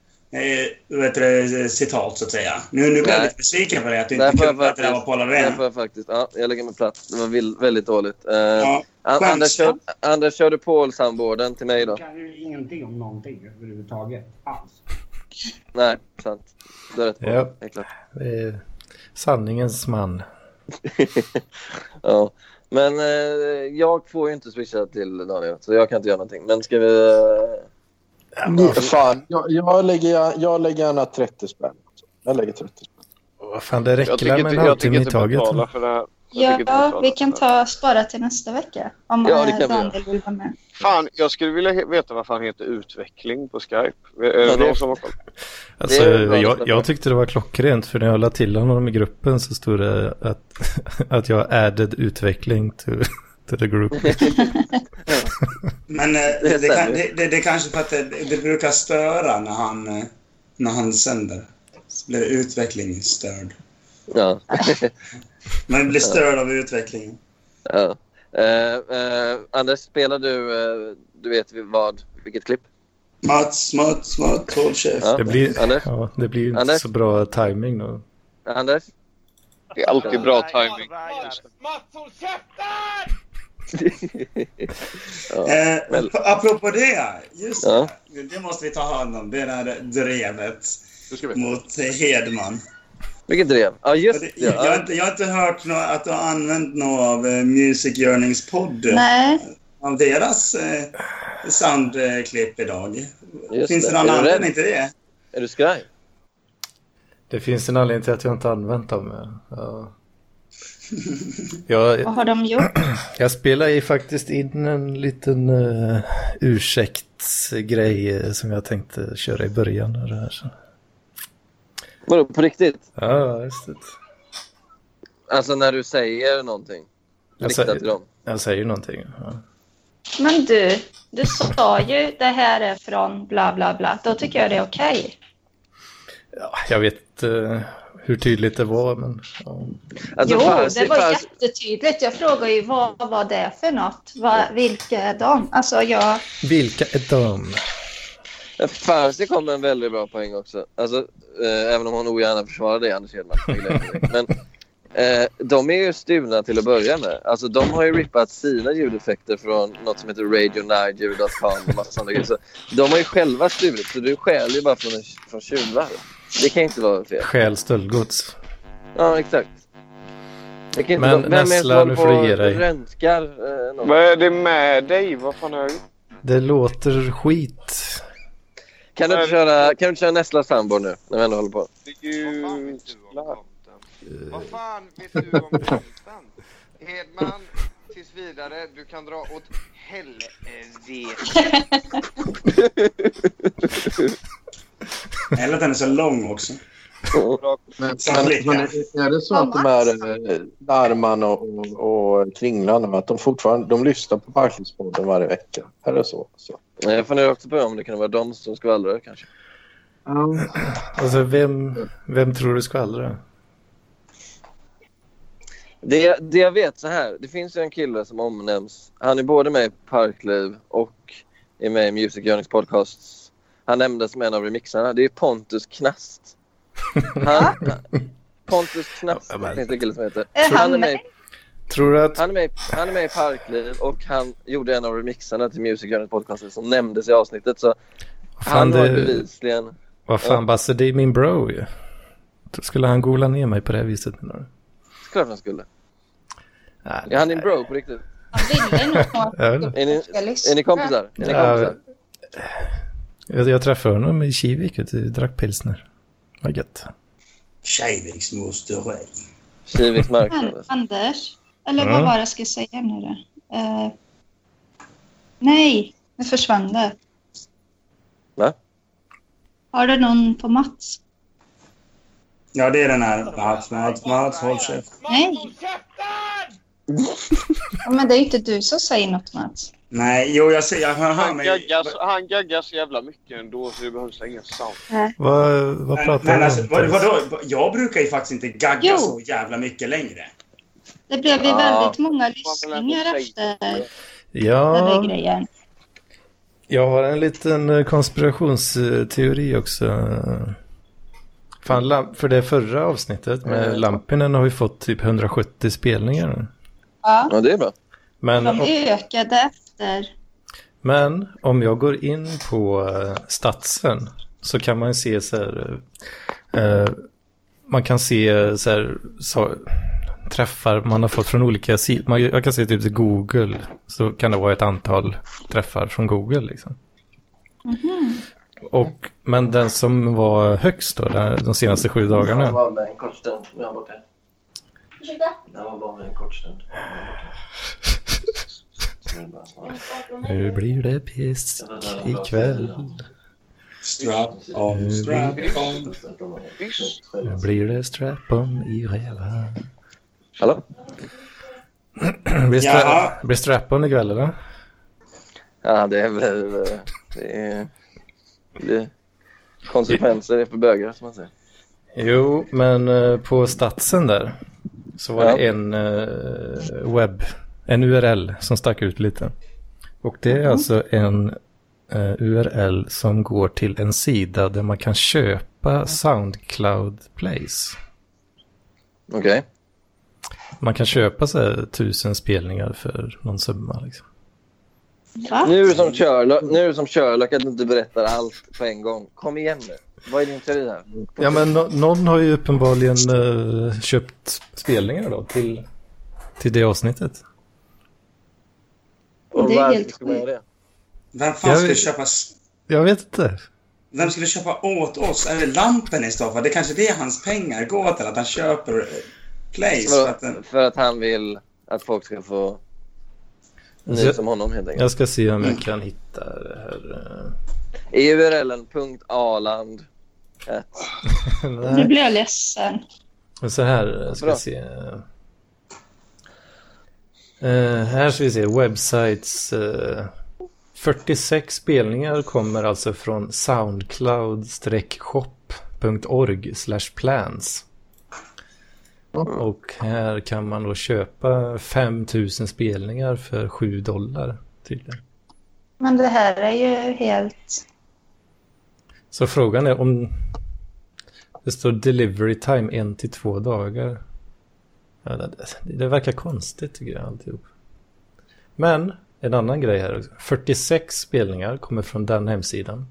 citat så att säga. Nu blir jag lite besviken på det att du inte kunde att det var Paul Arén. Jag lägger mig platt. Det var väldigt dåligt. Anders körde Paul-samborden till mig då. Du kan ju ingenting om någonting överhuvudtaget alls. Nej, sant. Det är rätt bra. Ja, det är sanningens man. Ja. Men jag får ju inte swisha till Daniel, så jag kan inte göra någonting. Men ska vi... Fan, jag lägger gärna 30 spänn. Jag lägger 30 spänn. Vad fan, det räcker med en halvtimme i taget. Ja, vi kan spara till nästa vecka. Om Daniel vill vara med. Fan, jag skulle vilja veta vad fan heter utveckling på Skype. Är det någon som har koll? Alltså, jag tyckte det var klockrent, för när jag lade till honom i gruppen så stod det att jag added utveckling to the group. Men det kanske för att det brukar störa när han sänder. Så blir det utvecklingsstörd. Ja. Man blir störd av utvecklingen. Ja. Anders, spelar du vet vilket klipp? Mats, håll käft. Ja. Det blir ju inte så bra timing då. Anders? Det är alltid bra timing. Mats, håll käften! Apropå det, just det måste vi ta hand om. Det där drevet mot Hedman. Vilket drev? Ja, just det. Jag har inte hört att du har använt något av Music Yearnings podd. Nej. Av deras soundklipp idag. Just Finns det någon anledning till det? Är du skraj? Det finns en anledning till att jag inte använt dem. Ja. Vad har de gjort? Jag spelar ju faktiskt in en liten ursäktsgrej som jag tänkte köra i början av det här. Så. Vadå, på riktigt? Ja, just det. Alltså när du säger någonting riktat till dem? Jag säger någonting, ja. Men du sa ju det här är från bla bla bla. Då tycker jag det är okej. Ja, jag vet hur tydligt det var, men... Ja. Alltså, det var jättetydligt. Jag frågar ju vad var det för något? Vilka är de? Alltså, Vilka är de? Farsi kom med en väldigt bra poäng också. Alltså, även om hon ogärna försvarar det, Anders Hedman. Men de är ju stulna till att börja med. Alltså, de har ju rippat sina ljudeffekter från något som heter radionightljud.com och massa sådana grejer. Så de har ju själva stulit, så du stjäl ju bara från tjuvar. Det kan inte vara fel. Stjäl stöldgods. Ja, exakt. Det kan inte men vara... Nässla, nu får du ge dig. Röntgar, vad är det med dig? Vad fan har jag gjort? Det låter skit. Kan du inte köra Nässla Soundboard nu när vi ändå håller på? Det är ju... Vad fan vet du om tomten? Hedman, tills vidare, du kan dra åt helvete. Eller att den är så lång också. Men är det så att de här Larman och Kringlan, att de lyssnar på Parklivspodden varje vecka? Är det så? Jag funderar också på om det kan vara de som skvallrar kanske. Alltså vem tror du skvallrar? Det jag vet så här, det finns ju en kille som omnämns. Han är både med i Parkliv och är med i Music Yearnings podcasts. Han nämndes som en av remixarna. Det är Pontus Knast. Pontus Knast, det finns en kille som heter. Han är med. Tror du att... Han är med i Parkliv och han gjorde en av remixarna till Music Yearnings podcast som nämndes i avsnittet. Så han har bevisligen... Vad fan, Basse, det är min bro ju. Då skulle han gola ner mig på det här viset. Klart han skulle. Är han din bro på riktigt? Är ni kompisar? Jag träffade honom i Kivik och drack pilsner. Vad gött. Kiviks moster. Kiviks marknad. Anders? Eller vad var det jag ska säga nu då? Nej, det försvann det. Va? Har du någon på Mats? Ja, det är den här Mats, håll käft. Nej. Ja, men det är inte du som säger något, Mats. Nej, jo, jag säger... Han gaggar så jävla mycket ändå, så det behövs inga sound. Vad pratar du om? Vadå? Jag brukar ju faktiskt inte gagga så jävla mycket längre. Det blev ju väldigt många lyssningar efter den där grejen. Jag har en liten konspirationsteori också. Fan, för det förra avsnittet med Lampinen har vi fått typ 170 spelningar. Ja, det är bra. Men de ökade efter. Men om jag går in på statsen så kan man se så här... man kan se så här... träffar man har fått från olika sidor. Jag kan se typ till Google, så kan det vara ett antal träffar från Google liksom. Men den som var högst då, de senaste 7 dagarna. Den var med en kort stund. Jag borta. Den var bara med en kort stund. Nu blir det pisk ikväll. Strap on. Nu blir det strap-on i räva. Hallå? Blir strap-on ikväll, eller? Ja, det är väl... Det är konsekvenser för bögar, som man säger. Jo, men på statsen där så var det en URL som stack ut lite. Och det är alltså en URL som går till en sida där man kan köpa SoundCloud Plays. Okej. Man kan köpa så här 1000 spelningar för någon summa liksom. Va? Nu är det som Sherlock att du inte berättar allt på en gång. Kom igen nu. Vad är din teori här? Ja, men någon har ju uppenbarligen köpt spelningar då till det avsnittet. Och Det är varför helt ska man göra det? Vem fan skulle köpa... Jag vet inte. Vem skulle köpa åt oss? Är det lampen i så fall? Det kanske det är hans pengar går till, att han köper plays. För att han vill att folk ska få ny som honom helt enkelt. Jag ska se om jag kan hitta det här. url.aland. Nu blir jag ledsen. Så här ska vi se. Här ska vi se websites. 46 spelningar kommer alltså från soundcloud-shop.org/plans. Och här kan man då köpa 5000 spelningar för $7 tydligen. Men det här är ju helt... Så frågan är om det står delivery time 1 till 2 dagar. Ja, det verkar konstigt tycker jag alltihop. Men en annan grej här. 46 spelningar kommer från den hemsidan.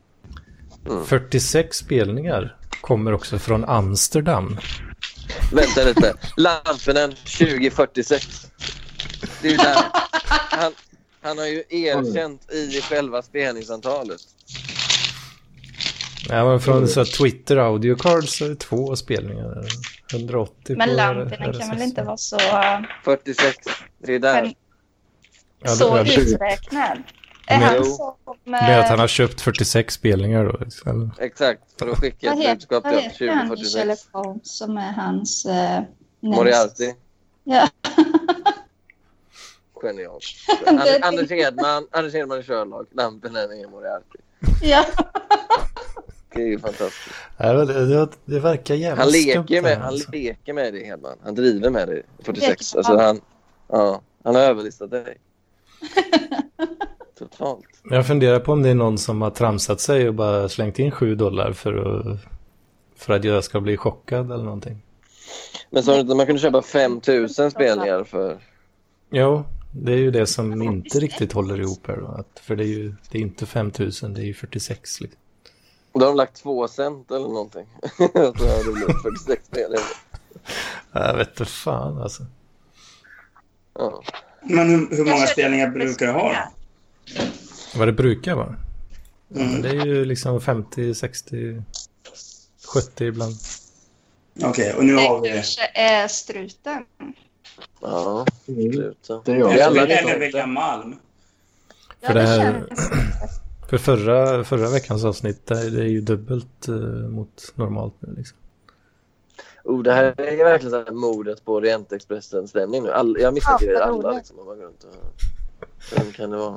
46 spelningar kommer också från Amsterdam. Vänta lite. Lampenen 2046. Det är ju där. Han har ju erkänt i själva spelningsantalet. Ja, men från så Twitter Audio Cards så är det 2 spelningar. 180 Men på lamporna kan väl inte vara så... 46. Det är där. Så uträknad. Med att han har köpt 46 spelningar då. Eller? Exakt, för att skicka ett budskap till 2046. Som är hans... Moriarty. Ja. Genialt. Anders Hedman i Sherlock. Lampen är Moriarty. Ja. Det är ju fantastiskt. Ja, det verkar jävligt Han leker med det, Hedman. Han driver med det 46. Alltså han har överlistat dig. Totalt. Jag funderar på om det är någon som har tramsat sig och bara slängt in $7 för att jag ska bli chockad eller någonting. Men så man kunde köpa 5000 spelningar för... Jo, det är ju det som inte riktigt håller ihop här då. För det är inte 5000, det är ju 46 liksom. Och då har de lagt 2 cent eller någonting. Så har det blivit 46 spelningar. Jag vet inte fan alltså. Ja. Men hur många spelningar brukar du ha? Vad det brukar vara? Ja, det är ju liksom 50, 60, 70 ibland. Okej, och nu har vi... Det kanske är struten. Ja, struten. Det är Eller vilka malm. För det här... För förra veckans avsnitt, det är ju dubbelt mot normalt nu liksom. Det här är verkligen så här mordet på Orientexpressen stämning nu. Jag misstänker det alla liksom, om man går runt och... Vem kan det vara?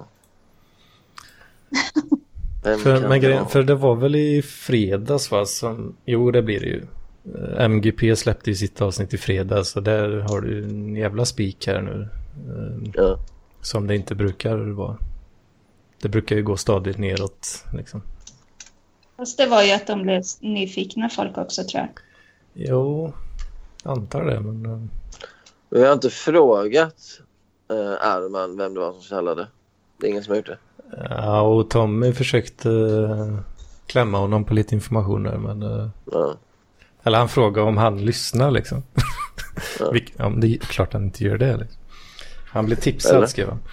För det var väl i fredags va? Jo, det blir det ju. MGP släppte ju sitt avsnitt i fredags. Så där har du en jävla spik här nu. Som det inte brukar vara. Det brukar ju gå stadigt neråt liksom. Fast det var ju att de blev nyfikna folk också, tror jag. Jo, antar det. Men vi har inte frågat Arman vem det var som källade. Det är ingen som har gjort det. Ja, och Tommy försökte klämma honom på lite information där, men eller han frågade om han lyssnar liksom. Ja, det är klart han inte gör det liksom. Han blev tipsad, skrev han.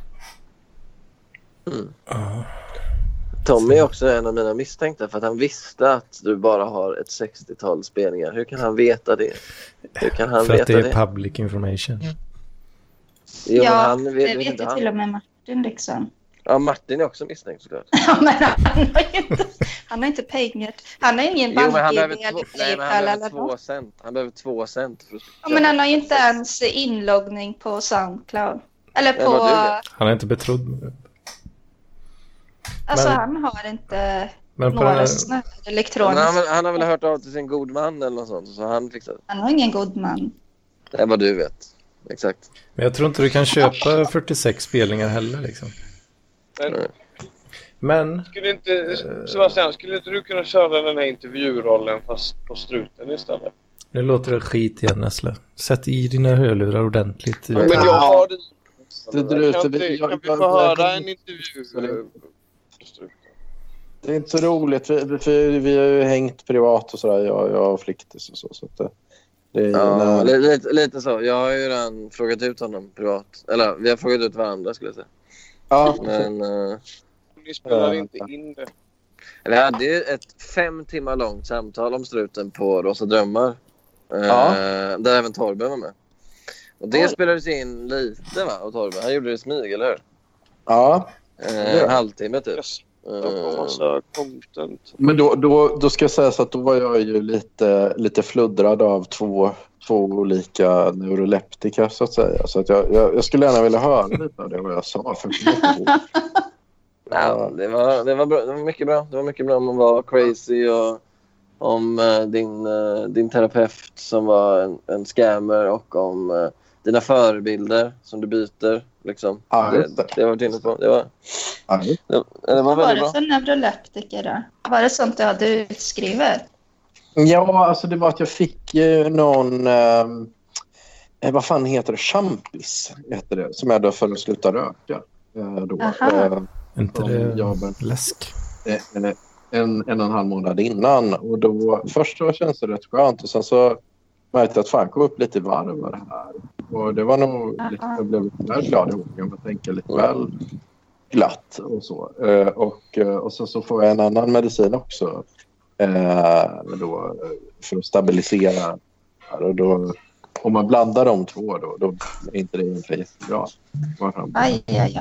Tommy är också en av mina misstänkta för att han visste att du bara har ett 60-tal spelningar. Hur kan han veta det? Hur kan han för veta att det är det? public information. Jo, ja, han det vet ju till och med Martin liksom. Ja, Martin är också misstänkt såklart. Ja, men han har inte pengar. Han har ingen bank-ID eller PayPal eller något. 2 cent. Han behöver 2 cent. Ja, men han har ju inte ens inloggning på SoundCloud. Eller på... Han är inte betrodd. Alltså han har inte några elektroniska... Han har väl hört av till sin god man eller något sånt. Så han fixar det. Han har ingen god man. Det är vad du vet. Exakt. Men jag tror inte du kan köpa 46 spelningar heller liksom. Men Sebastian, skulle inte du kunna köra den här intervjurollen fast på struten istället? Nu låter det skit igen, Nestle. Sätt i dina hörlurar ordentligt. Men jag har det. Kan vi få höra en intervju? Det är inte så roligt, för vi har ju hängt privat och sådär, jag och Fliktis och så att lite så. Jag har ju redan frågat ut honom privat. Eller vi har frågat ut varandra skulle jag säga. Ja. Men ni spelar inte in det. Vi hade ju ett 5 timmar långt samtal om struten på Rosa Drömmar. Där även Torben var med. Och det spelades in lite va? Och Torben, han gjorde det i smyg, eller hur? Ja. En halvtimme typ. Yes. Massa content. Men då ska jag säga så att då var jag ju lite fluddrad av två olika neuroleptika så att säga. Så att jag skulle gärna vilja höra lite av det vad jag sa. Ja, det var bra. Det var mycket bra. Det var mycket bra om man var crazy och om din terapeut som var en scammer och om dina förebilder som du byter liksom. Ja, det var inne på. Det var Vad var väldigt det bra. för neuroleptiker då? Var det sånt du hade utskrivet? Ja, alltså det var att jag fick någon vad fan heter det? Champis heter det, som jag då för att sluta röka. Inte det läsk? En och en halv månad innan. Och då, först så känns det rätt skönt. Och sen så märkte jag att fan kom upp lite varv det här. Och det var nog jag blev lite väl glad ihop. Jag tänker lite väl glatt och så. Och så får jag en annan medicin också. Då, för att stabilisera. Och då, om man blandar de två då är inte det egentligen jättebra. Aj.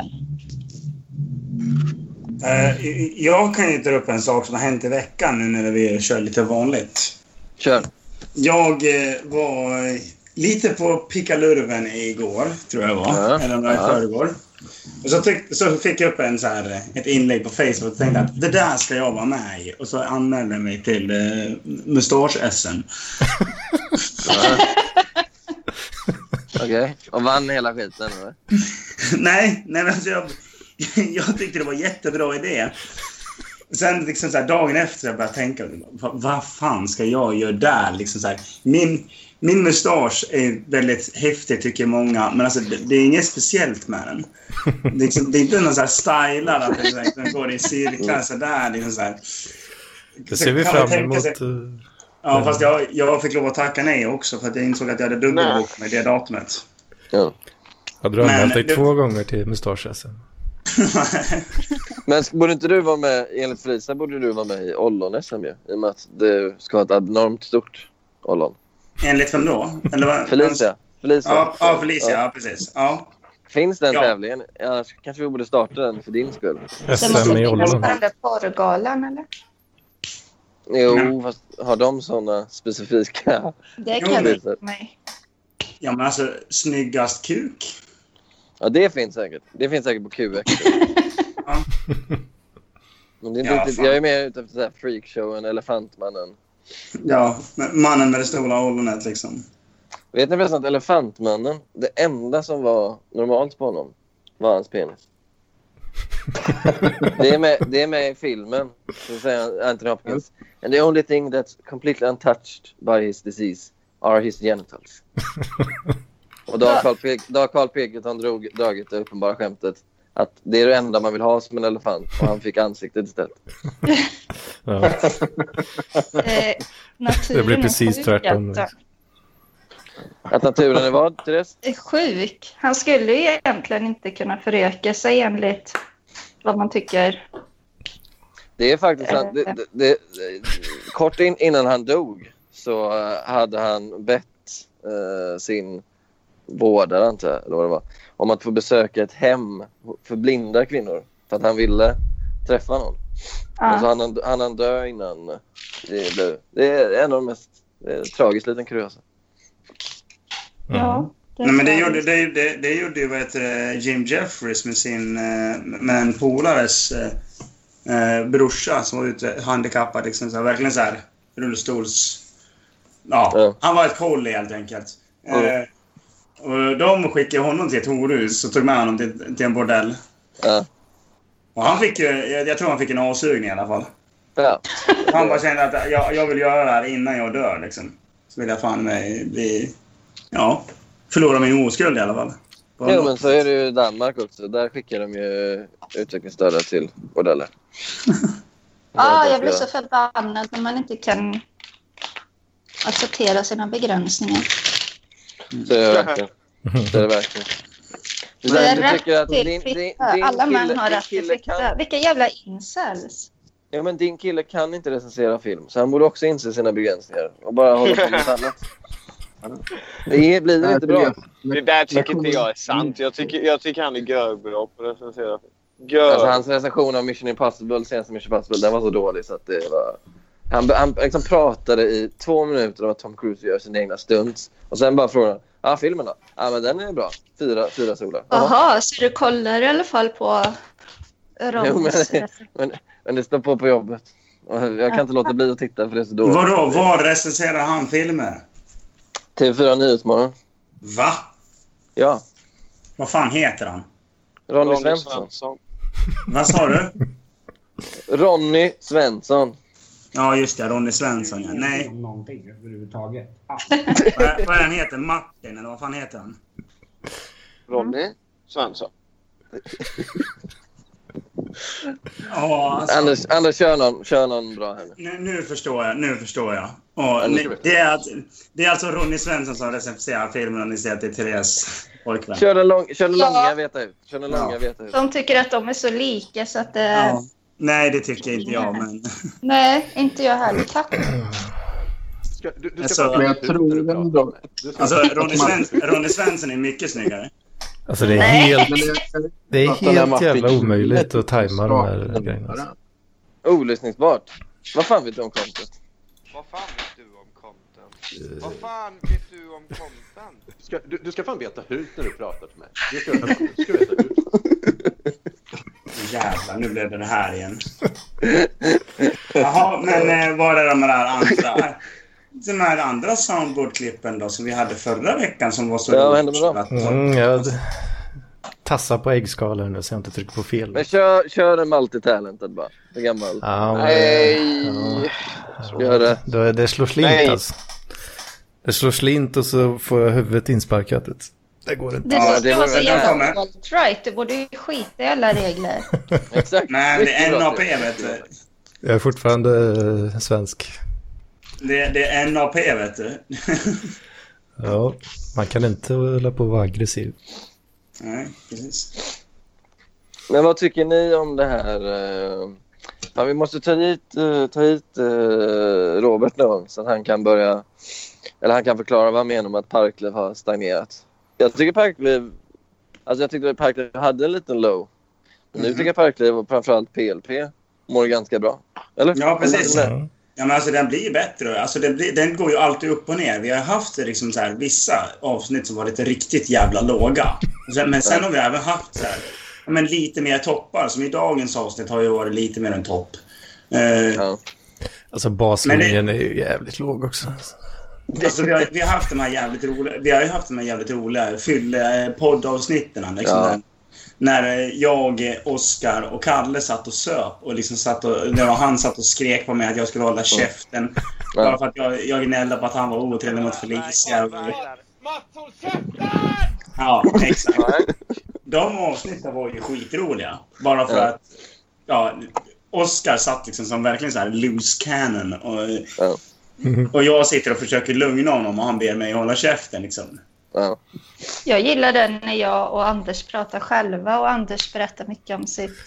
Jag kan ju ta upp en sak som har hänt i veckan nu när vi kör lite vanligt. Kör. Jag var lite på pickalurven igår, tror jag var. Eller om det var i förrgår. Och så fick jag upp ett inlägg på Facebook och tänkte att det där ska jag vara med i. Och så anmälde jag mig till mustasch-SM. Okej. Och vann hela skiten eller? Nej, men alltså jag tyckte det var en jättebra idé. Sen liksom dagen efter jag började tänka, vad fan ska jag göra där? Liksom min mustasch är väldigt häftig tycker många, men alltså det är inget speciellt med den. Det är inte någon så här stylar att den går i cirklar så där liksom så här. Det ser vi fram emot. Ja, fast jag fick lov att tacka nej också för att jag insåg att jag hade dubbelbok med det datumet. Ja. Hade du använt dig 2 gånger till mustasch-SM? Men borde inte du vara med, enligt Felicia borde du vara med i Ollon-SM ju, i och med att du ska ha ett abnormt stort Ollon. Enligt vem då? Eller vad? Felicia. Ja, Felicia, ja precis. Ja. Finns den tävlingen? Ja, kanske vi borde starta den för din skull. SM i Ollon. Den där porrgalan eller? Jo, fast har de sådana specifika? Det kan jag inte mig. Ja, men alltså snyggast kuk. Ja, det finns säkert. Det finns säkert på QX. Ja. Men det är inte riktigt, jag är mer ute efter så här freakshowen, Elefantmannen. Ja, mannen med det stora ollonet liksom. Vet ni förresten att Elefantmannen, det enda som var normalt på honom var hans penis. det är med i filmen, så säger Anthony Hopkins. And the only thing that's completely untouched by his disease are his genitals. Och då har Carl Pilkington dragit det uppenbara skämtet att det är det enda man vill ha som en elefant, och han fick ansiktet istället. Ja. Det blir precis tvärtom. Att naturen är vad, Therese? Är sjuk. Han skulle ju egentligen inte kunna föröka sig enligt vad man tycker. Det är faktiskt kort innan han dog så hade han bett sin vårdare, antar jag, eller vad det var, om att få besöka ett hem för blinda kvinnor för att han ville träffa någon. Och så han dö innan det är en av de mest tragiskt liten kuriosa. Ja. Nej, men det gjorde ju Jim Jeffries med en polares brorsa som var ute handikappad liksom, så här, verkligen så här rullstols. Ja, han var ett kolli helt enkelt. Och de skickade honom till ett horhus och tog med honom till en bordell. Och han fick ju, jag tror han fick en avsugning i alla fall. Han bara kände att jag vill göra det här innan jag dör liksom. Så vill jag fan mig förlora min oskuld i alla fall. Ja, men så är det ju i Danmark också. Där skickar de ju utvecklingsstörda till bordeller. Jag blir så förbannad när man inte kan acceptera sina begränsningar. Så är det verkligen. Så är det verkligen. Det är rätt till flytta. Alla män har rätt till flytta. Vilka jävla incels. Ja, men din kille kan inte recensera film. Så han borde också inse sina begränsningar. Och bara hålla på med annat. Det blir inte bra. Det där tycker inte jag är sant. Jag tycker han är görbra på att recensera film. Alltså, hans recension av Mission Impossible, senaste Mission Impossible, den var så dålig så att det var... Han liksom pratade i 2 minuter om att Tom Cruise gör sina egna stunts. Och sen bara frågade han, filmen då? Ja, men den är bra. 4 solar. Jaha, så du kollar i alla fall på Rons men det står på jobbet. Och jag kan inte låta bli att titta för det är så dåligt. Vadå? Var recenserar han filmer? TV4 Nyhetsmorgon. Va? Ja. Vad fan heter han? Ronny Svensson. Vad sa du? Ronny Svensson. Ja, just det. Ronny Svensson. Ja. Nej. Om någonting överhuvudtaget. Vad är han heter? Martin, eller vad fan heter han? Ronny Svensson. Ja, alltså. Anders kör någon bra här. Nu förstår jag. Det är alltså Ronny Svensson som recenserar filmen och ni ser att det är Therese pojkvän. Kör den långa veta ut. De tycker att de är så lika så att det... Ja. Nej, det tycker inte jag, men... Nej, inte jag heller. Tack. Jag tror ändå... Alltså, Ronny Svensson är mycket snyggare. Alltså, det är helt jävla omöjligt att tajma de här grejerna. Olyssningsbart. Vad fan vet du om content? Du ska fan veta hut när du pratar till mig. Du ska veta hut. Jävlar, nu blev det här igen. Jaha, men var är de här andra soundboard-klippen då som vi hade förra veckan som var så roligt? Tassa på äggskalan nu så jag inte trycker på fel. Men kör en multitalented bara. Det är gammal. Det slår slint alltså. Det slår slint och så får jag huvudet insparkat. Det går inte. Det var så jävla alt-right. Det borde ju skita i alla regler. Exakt. Men det är NAP, vet du. Jag är fortfarande svensk. Det är NAP, vet du. Ja, man kan inte hålla på att vara aggressiv. Nej, precis. Men vad tycker ni om det här? Vi måste ta hit Robert någon så att han kan börja... Eller han kan förklara vad han menar om att Parkliv har stagnerat. Jag tycker Parkliv... Alltså jag tyckte att Parkliv hade en liten low. Men nu tycker jag Parkliv och framförallt PLP mår ganska bra. Eller? Ja, precis. Ja, men alltså den blir bättre. Alltså den går ju alltid upp och ner. Vi har haft liksom så här, vissa avsnitt som var lite riktigt jävla låga. Men sen har vi även haft så här, men lite mer toppar. Som i dagens avsnitt har ju varit lite mer en topp. Alltså baslinjen är ju jävligt låg också. Alltså, vi har haft de här jävligt roliga poddavsnitten liksom, när jag, Oskar och Kalle satt och söp och liksom han satt och skrek på mig att jag skulle hålla käften bara för att jag gnällde på att han var otrevlig mot Felicia. Ja, exakt. De avsnitten var ju skitroliga bara för att Oskar satt liksom som verkligen så här loose cannon och jag sitter och försöker lugna honom och han ber mig hålla käften liksom. Ja. Jag gillar den när jag och Anders pratar själva och Anders berättar mycket om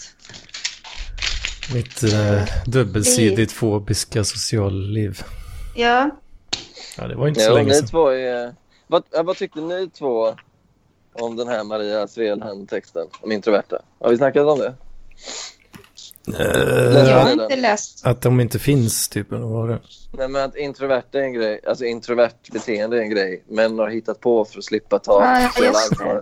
mitt dubbelsidigt fobiska socialliv. Ja. Ja, det var inte så länge sedan. Vad tyckte ni två om den här Maria Svelhan-texten om introverta? Har vi snackat om det? Jag har inte läst. Att de inte finns typ eller vad det? Nej, men att introvert är en grej, alltså introvert beteende är en grej, men har hittat på för att slippa ta hela ansvaret.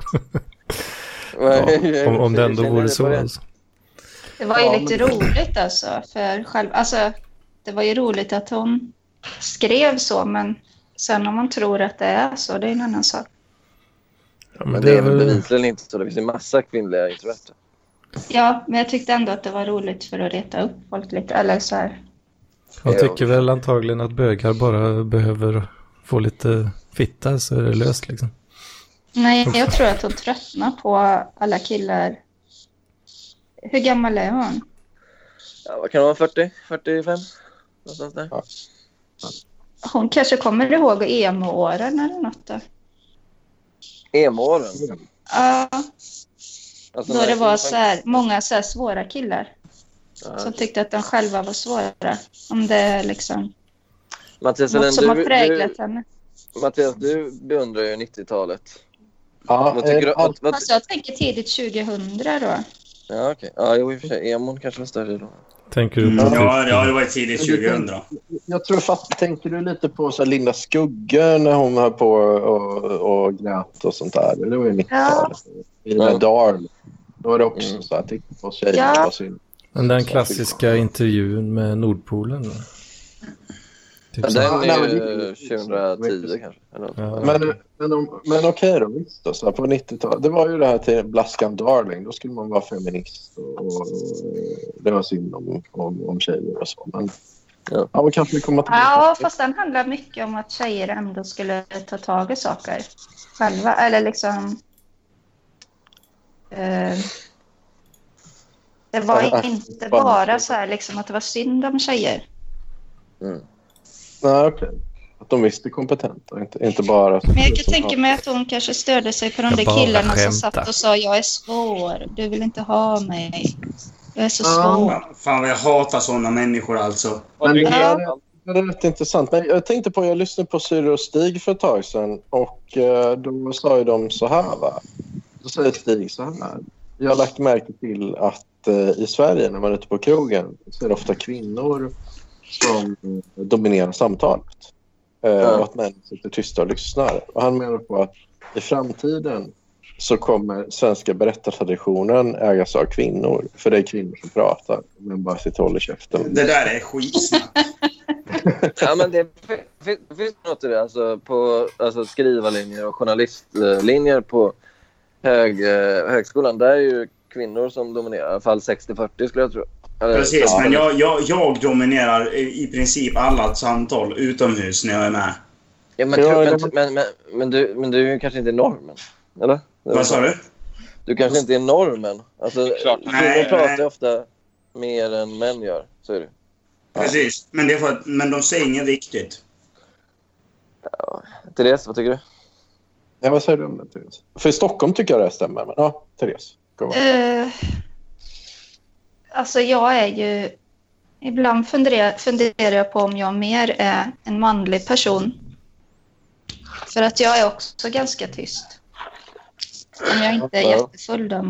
Om det ändå vore så alltså. Det var ju lite roligt alltså för själv, alltså det var ju roligt att hon skrev så, men sen om man tror att det är så, det är en annan sak. Ja, men det är väl bevisligen inte så, det finns en massa kvinnliga introverter. Ja, men jag tyckte ändå att det var roligt för att reta upp folk lite, eller så här. Jag tycker väl antagligen att bögar bara behöver få lite fitta så är det löst liksom. Nej, jag tror att hon tröttnar på alla killar. Hur gammal är hon? Ja, vad kan hon vara? 40? 45? Någonstans där. Ja. Hon kanske kommer ihåg emo-åren eller något då. Emo-åren? Ja. Alltså, då det var så här, många så här svåra killar. Som tyckte att de själva var svåra. Om det är liksom Mattias, något som har präglat henne. Mattias, du beundrar ju 90-talet. Ja, vad tycker du? Alltså, jag tänker tidigt 2000 då. Ja, okej. Ja, jo, i och för sig. Emon kanske var större då. Tänker du på Ja, det var tidigt 2000. Jag tror tänker du lite på så här Linda Skugge när hon var på och grät och sånt där. Det var ju 90-talet. I den där Darl. Då var det också så här, titta på tjejerna var synd. Men den klassiska intervjun med Nordpolen då? Typ den är ju 2010 kanske. Ja. Men okej då, visst då, så här, på 90-talet. Det var ju det här till Blaskan Darling. Då skulle man vara feminist och det var synd om tjejer och så. Men ja, kanske vi kommer till fast den handlar mycket om att tjejer ändå skulle ta tag i saker själva. Eller liksom... det var inte bara så här liksom att det var synd om tjejer. Nej, okej. Att de visste kompetenta, inte bara... Men jag kan tänka mig att hon kanske störde sig på de där killarna som satt och sa jag är svår, du vill inte ha mig. Jag är så svår. Fan vad jag hatar sådana människor alltså. Men det är rätt intressant. Men jag tänkte på, jag lyssnade på Syre och Stig för ett tag sedan och då sa ju de så här va. Då säger Stig så här. Jag har lagt märke till att i Sverige när man är ute på krogen så är det ofta kvinnor som dominerar samtalet. Och att män sitter tysta och lyssnar. Och han menar på att i framtiden så kommer svenska berättartraditionen ägas av kvinnor. För det är kvinnor som pratar, men bara sitter och håller käften. Det där är skitsnack. Ja, men det finns något i det. Alltså, på skrivarlinjer och journalistlinjer på högskolan. Där är ju kvinnor som dominerar. I alla fall 60-40 skulle jag tro. Precis, men jag dominerar i princip alla samtal utomhus när jag är med. Ja, men du är kanske inte normen, eller? Vad sa du? Du kanske inte är normen. Alltså, kvinnor pratar ofta mer än män gör, så är det. Precis, men, det är men de säger inget viktigt. Ja. Therese, vad tycker du? Ja, vad säger du om det, Therese? För i Stockholm tycker jag det stämmer, men ja, Therese. Alltså jag är ju... Ibland funderar jag på om jag mer är en manlig person. För att jag är också ganska tyst. Om jag inte är jättefull då.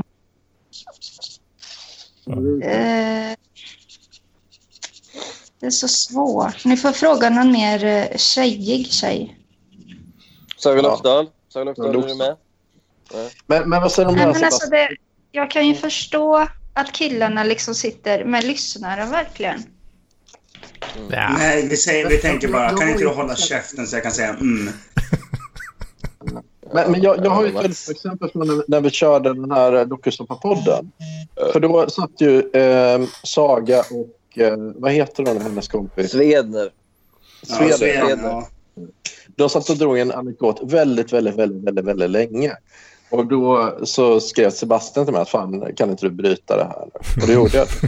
Det är så svårt. Ni får fråga någon mer tjejig tjej. Saga Löfdahl, är du med? Men vad säger de här? Alltså jag kan ju förstå att killarna liksom sitter med lyssnare verkligen. Ja. Nej, vi tänker bara, kan inte du hålla käften så jag kan säga Men jag har ju ett exempel från när vi körde den här Dokusåpa-podden. För då satt ju Saga och vad heter hon, hennes kompis? Svedner. Ja. De satt och drog en anekdot väldigt länge. Och då så skrev Sebastian till mig att fan, kan inte du bryta det här? Och det gjorde jag.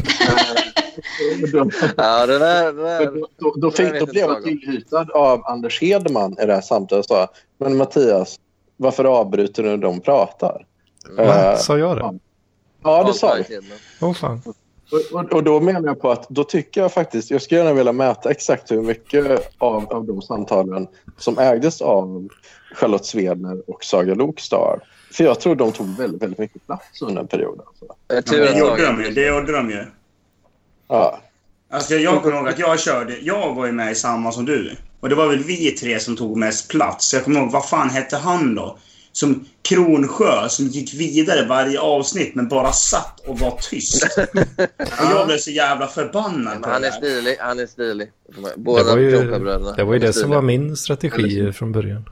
Då blev jag tillhytad av Anders Hedman i det här samtalet och sa, men Mattias, varför avbryter du när de pratar? Sa jag det? Ja, det sa jag. Fan. Och då menar jag på att då tycker jag faktiskt, jag skulle gärna vilja mäta exakt hur mycket av de samtalen som ägdes av Charlotte Svedner och Saga Lokstad. För jag tror de tog väldigt mycket plats under en period. Alltså. Det gjorde de ju. Ja. Alltså jag kommer ihåg att jag var ju med i samma som du. Och det var väl vi tre som tog mest plats. Jag kommer ihåg, vad fan hette han då? Som Kronsjö som gick vidare varje avsnitt men bara satt och var tyst. Och jag blev så jävla förbannad på han det. Han är stilig. Det var ju det som var min strategi från början.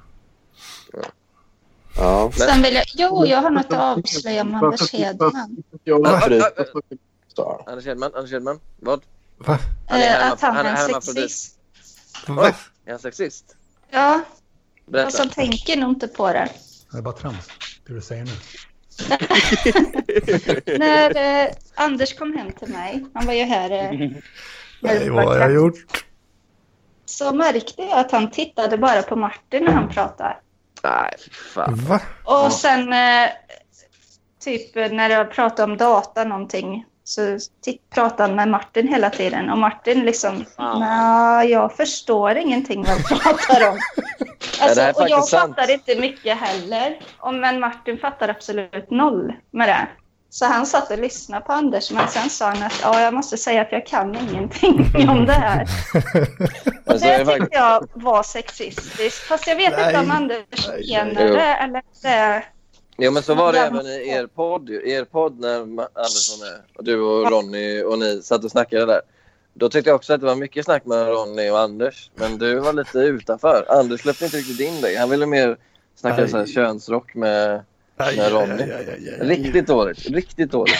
Ja. Sen vill jag har något att avslöja om Anders Hedman. Anders Hedman? Vad? Va? Att han är sexist. Va? Är han sexist? Ja. Berätta. Och som tänker nog inte på det. Det är bara trams, det du säger nu. När Anders kom hem till mig, han var ju här. Nej, vad har jag gjort? Så märkte jag att han tittade bara på Martin när han pratade. Nej, fan. Va? Och sen typ när jag pratade om data någonting så pratade han med Martin hela tiden. Och Martin liksom, nej, jag förstår ingenting vad jag pratar om. Alltså, det är och jag sant. fattar inte mycket heller. Men Martin fattar absolut noll med det. Så han satt och lyssnade på Anders. Men sen sa han att jag måste säga att jag kan ingenting om det här. Och det tyckte jag var sexistiskt. Fast jag vet inte om Anders menar det eller det. Jo, men så var det även i er podd när Anders var med. Och du och Ronny och ni satt och snackade där. Då tyckte jag också att det var mycket snack med Ronny och Anders. Men du var lite utanför. Anders släppte inte riktigt in dig. Han ville mer snacka så här könsrock med Ronny. Riktigt dåligt. Riktigt dåligt.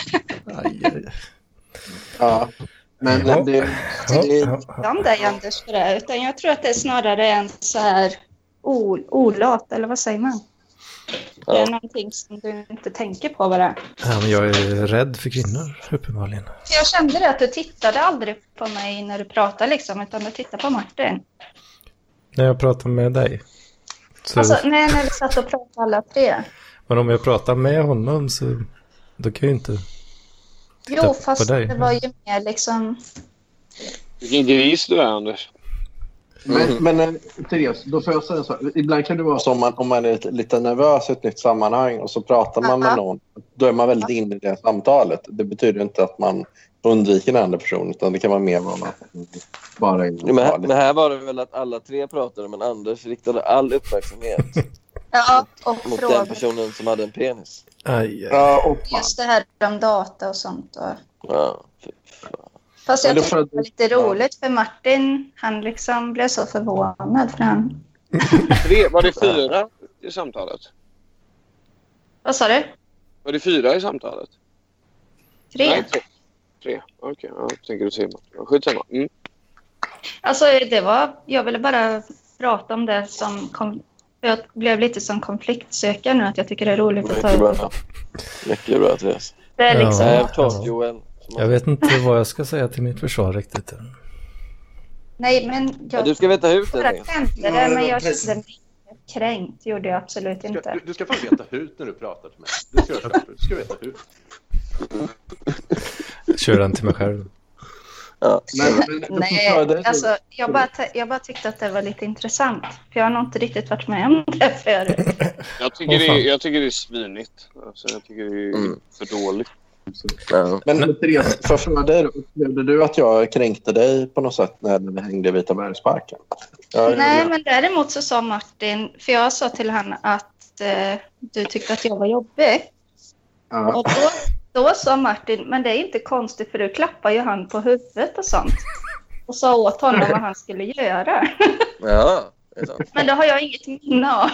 Ja. Men det om dig, Anders, för det. Utan jag tror att det är snarare en så här olat, eller vad säger man? Det är någonting som du inte tänker på vad det är. Ja, men jag är rädd för kvinnor, uppenbarligen. Jag kände det att du tittade aldrig på mig när du pratade liksom, utan du tittade på Martin. När jag pratar med dig. Så... Alltså, nej, när vi satt och pratade alla tre. Men om jag pratar med honom så då kan jag ju inte... Jo, fast det var ju mer liksom... Vilken gris du är, Anders. Men Therese, då får jag säga så. Ibland kan det vara så om man är lite nervös i ett nytt sammanhang och så pratar man med någon. Då är man väldigt inne i det samtalet. Det betyder inte att man undviker den andra personen, utan det kan vara mer vad man bara är inne. Men här var det väl att alla tre pratade, men Anders riktade all uppmärksamhet mot den personen som hade en penis. Och just det här om data och sånt. Och... Ja, fast jag tyckte det var lite roligt för Martin, han liksom blev så förvånad för han... Var det 4 i samtalet? Vad sa du? Var det 4 i samtalet? 3. Nej, 3. Okej, jag tänker du säga något. Skitsamma. Alltså det var, jag ville bara prata om det som jag blev lite som konfliktsökare nu, att jag tycker det är roligt att ta upp. Mycket bra, Therese. Det är liksom... Joel. Jag vet inte vad jag ska säga till mitt försvar riktigt. Nej, men jag... Du ska veta hut det. Men jag kände mig kränkt, gjorde jag absolut inte. Du ska fan veta hut när du pratar till mig. Du ska veta hut. Kör den till mig själv. Ja. Nej, alltså jag bara tyckte att det var lite intressant. För jag har nog inte riktigt varit med om det förut. Jag tycker det är svinigt. Alltså, jag tycker det är för dåligt. Men Therese, för att fråga dig, upplevde du att jag kränkte dig på något sätt när vi hängde i Vita bergsparken? Nej, men däremot så sa Martin, för jag sa till han att du tyckte att jag var jobbig. Ja. Och då sa Martin, men det är inte konstigt för du klappar ju han på huvudet och sånt. Och sa åt honom vad han skulle göra. Ja, det är sant. Men det har jag inget minne av.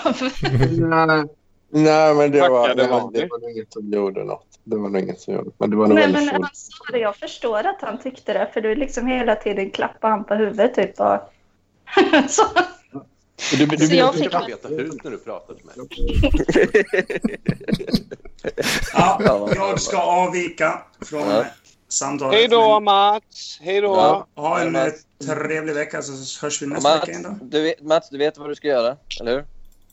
Nej, men det var inget som gjorde något. Det var nog inget som gjorde. Men det var nog men han sa det, jag förstår att han tyckte det. För du liksom hela tiden klappar han på huvudet typ. Och... så. Du jag fick veta hut när du pratar med mig. Ja, jag ska avvika från samtalet. Hej då, Mats. Hej då. Ja, ha en trevlig vecka så hörs vi nästa vecka igen då. Mats, du vet vad du ska göra, eller hur?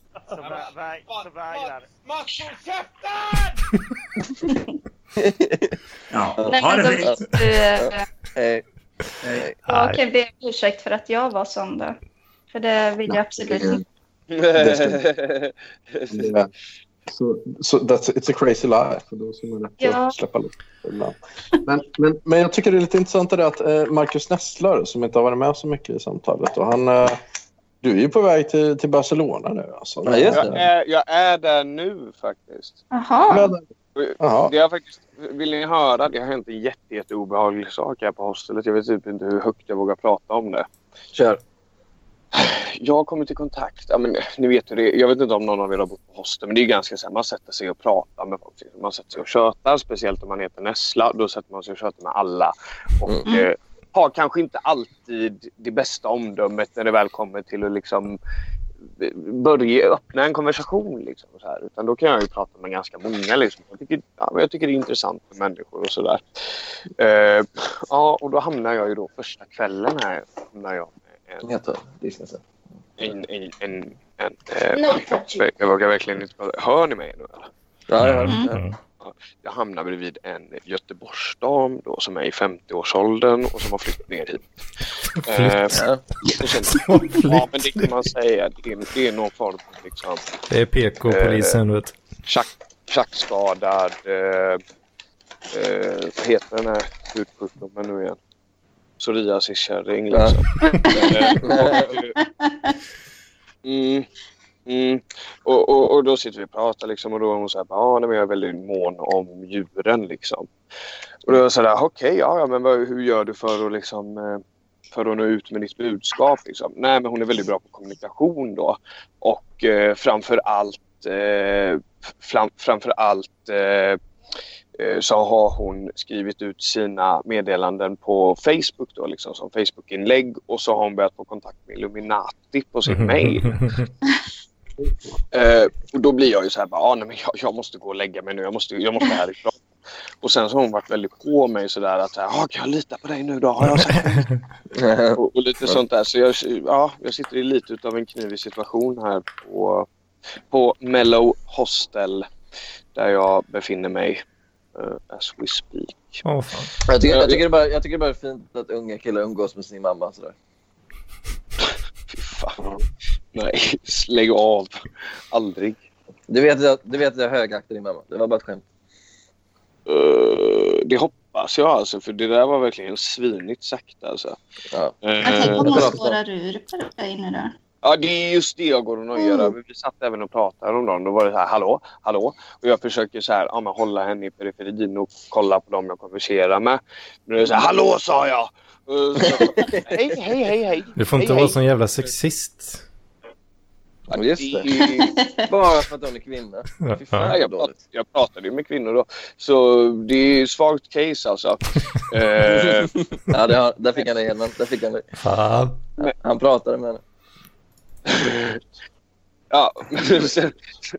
Mats, håll käften! Ja, ha det fint. Hej. Jag kan be om ursäkt för att jag var sån då. För det vill jag absolut inte. So it's a crazy life. Då ska man släppa lite ibland. Men jag tycker det är lite intressant det att Marcus Nessler, som inte har varit med så mycket i samtalet, och du är ju på väg till Barcelona nu. Alltså. Jag är där nu faktiskt. Jaha. Det har faktiskt, vill ni höra? Det har hänt en jätte obehaglig sak här på hostelet. Jag vet typ inte hur högt jag vågar prata om det. Kör. Jag har kommit i kontakt. Ja, men, ni vet hur det är. Jag vet inte om någon av er har bott på hostel, men det är ganska så här, man sätter sig och pratar med folk. Man sätter sig och tjötar, speciellt om man heter Nessla. Då sätter man sig och tjötar med alla. Och har kanske inte alltid det bästa omdömet när det väl kommer till att liksom börja öppna en konversation liksom, så här. Utan då kan jag ju prata med ganska många liksom. Jag tycker det är intressant med människor och sådär. Och då hamnar jag ju då första kvällen här när jag jag vågar verkligen inte prata. Hör ni mig nu eller? Ja. Jag hamnar bredvid en Göteborgsdam då, som är i 50-årsåldern och som har flyttat ner hit. Men det kan man säga. Det är någon form av liksom... Det är PK-polisen, vet du. Tjackskadad. Vad heter den här hudsjukdomen nu igen? Psoriasiskärring liksom. Och då sitter vi och pratar liksom, och då är hon så här, men jag är väldigt mån om djuren liksom. Och då är jag så där, okej, men hur gör du för att liksom för att nå ut med ditt budskap liksom? Nej, men hon är väldigt bra på kommunikation då, och framför allt så har hon skrivit ut sina meddelanden på Facebook då, liksom som Facebook-inlägg, och så har hon börjat få kontakt med Illuminati på sin mail. Och då blir jag ju så här, nej, men jag måste gå och lägga mig nu, jag måste härifrån. Och sen så har hon varit väldigt på mig sådär att kan jag lita på dig nu då? Har jag sagt och lite sånt där. Så jag sitter i lite utav en knivig situation här på Mellow Hostel där jag befinner mig as we speak. Jag tycker det bara är fint att unga killar umgås med sin mamma sådär. Fy fan. Nej, lägg av. Aldrig. Du vet att jag högaktar din mamma. Det var bara ett skämt. Det hoppas jag alltså, för det där var verkligen svinigt sagt alltså. Ja. Jag tänker om man spårar ur på det inne där. Ja, det är just det jag går och nojar. Vi satt även och pratade om dem. Då var det så här, hallå. Och jag försöker så här, hålla henne i periferin och kolla på dem jag konverserar med. Men det är så här, hallå sa jag! Hej. Du får inte vara sån jävla sexist. Ja, just det. Bara för att hon är kvinna. Fy fan, jag pratade ju med kvinnor då. Så det är svagt case alltså. Ja, där fick han det igen. Där fick han det. Fan. Han pratade med henne. Ja, men sen...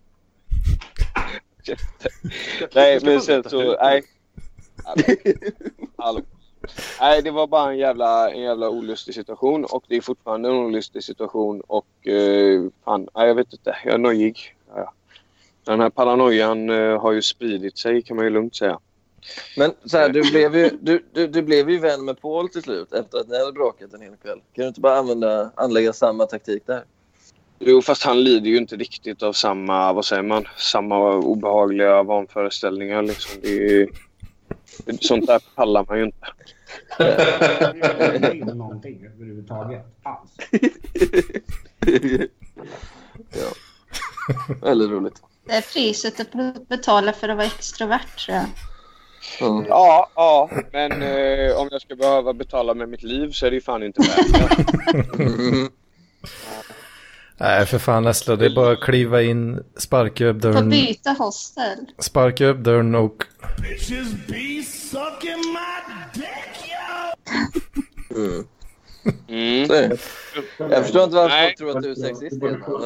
Nej, men sen så... Nej. Hallå. Nej, det var bara en jävla olustig situation, och det är fortfarande en olustig situation, och jag vet inte, jag är nöjig. Ja. Den här paranoian har ju spridit sig, kan man ju lugnt säga. Men så här, du blev ju vän med Paul till slut efter att ni hade bråkat en hel kväll. Kan du inte bara anlägga samma taktik där? Jo, fast han lider ju inte riktigt av samma obehagliga vanföreställningar liksom. Sånt där pallar man ju inte. Det är någonting överhuvudtaget alls. Ja. Väldigt roligt. Det är priset att betala för att vara extrovert, tror jag. Mm. Ja, men om jag ska behöva betala med mitt liv så är det ju fan inte värt det. Nej, för fan Nessla, det är bara att kliva in, sparka upp dörren. Få byta hostel. Sparka upp dörren och... Bitches be sucking my dick, yo! Jag förstår inte varför jag tror att du är sexist.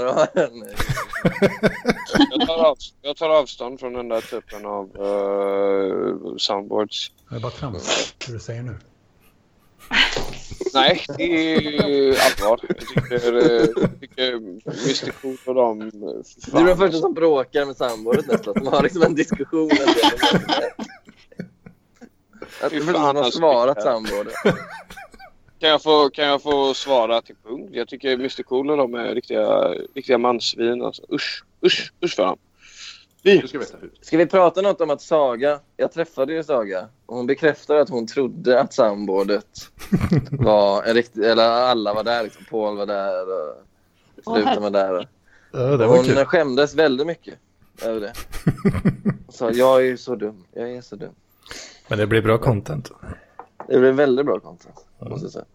Jag tar avstånd från den där typen av soundboards. Det är bara trams, hur du säger nu. Nej, det är allvar. Jag tycker Mr. Cool och dem... Du är den första som bråkar med sambordet nästan. Som har liksom en diskussion. Att du har svarat sambordet. Kan jag få svara till punkt? Jag tycker Mr. Cool och de är riktiga mansvin. Alltså. Usch för dem. Ska vi prata något om att Saga... Jag träffade ju Saga. Och hon bekräftade att hon trodde att sambordet var en riktig... Eller alla var där liksom. Paul var där och Sluten var där. Ja, det var hon kul. Skämdes väldigt mycket över det. Så jag är ju så dum. Men det blir bra content. Det blir väldigt bra content, måste jag säga.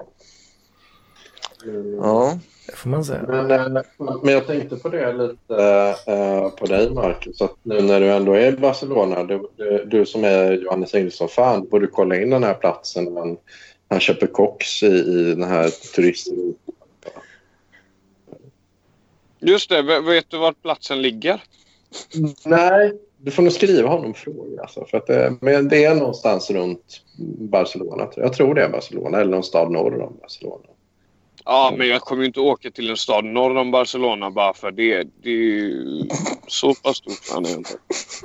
Ja. Det får man säga. Men jag tänkte på det lite på dig, Marcus. Att nu när du ändå är i Barcelona, du som är Johannes Engelsson-fan, borde kolla in den här platsen när han köper koks i den här turisten. Just det, vet du vart platsen ligger? Nej, du får nog skriva honom fråga. Alltså, för att men det är någonstans runt Barcelona. Jag tror det är Barcelona eller någon stad norr om Barcelona. Ja, men jag kommer ju inte åka till en stad norr om Barcelona bara för det. Det är ju så pass stort han är inte.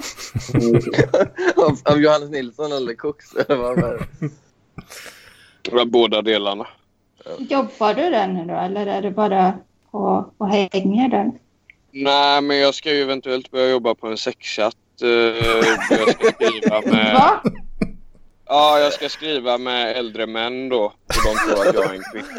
Av Johannes Nilsson eller Cox? Eller vad var det? Båda delarna. Jobbar du där nu då? Eller är det bara och hänger där? Nej, men jag ska ju eventuellt börja jobba på en sexchatt. Jag ska skriva med... Va? Ja, jag ska skriva med äldre män då. Och de tror att jag är en kvinna.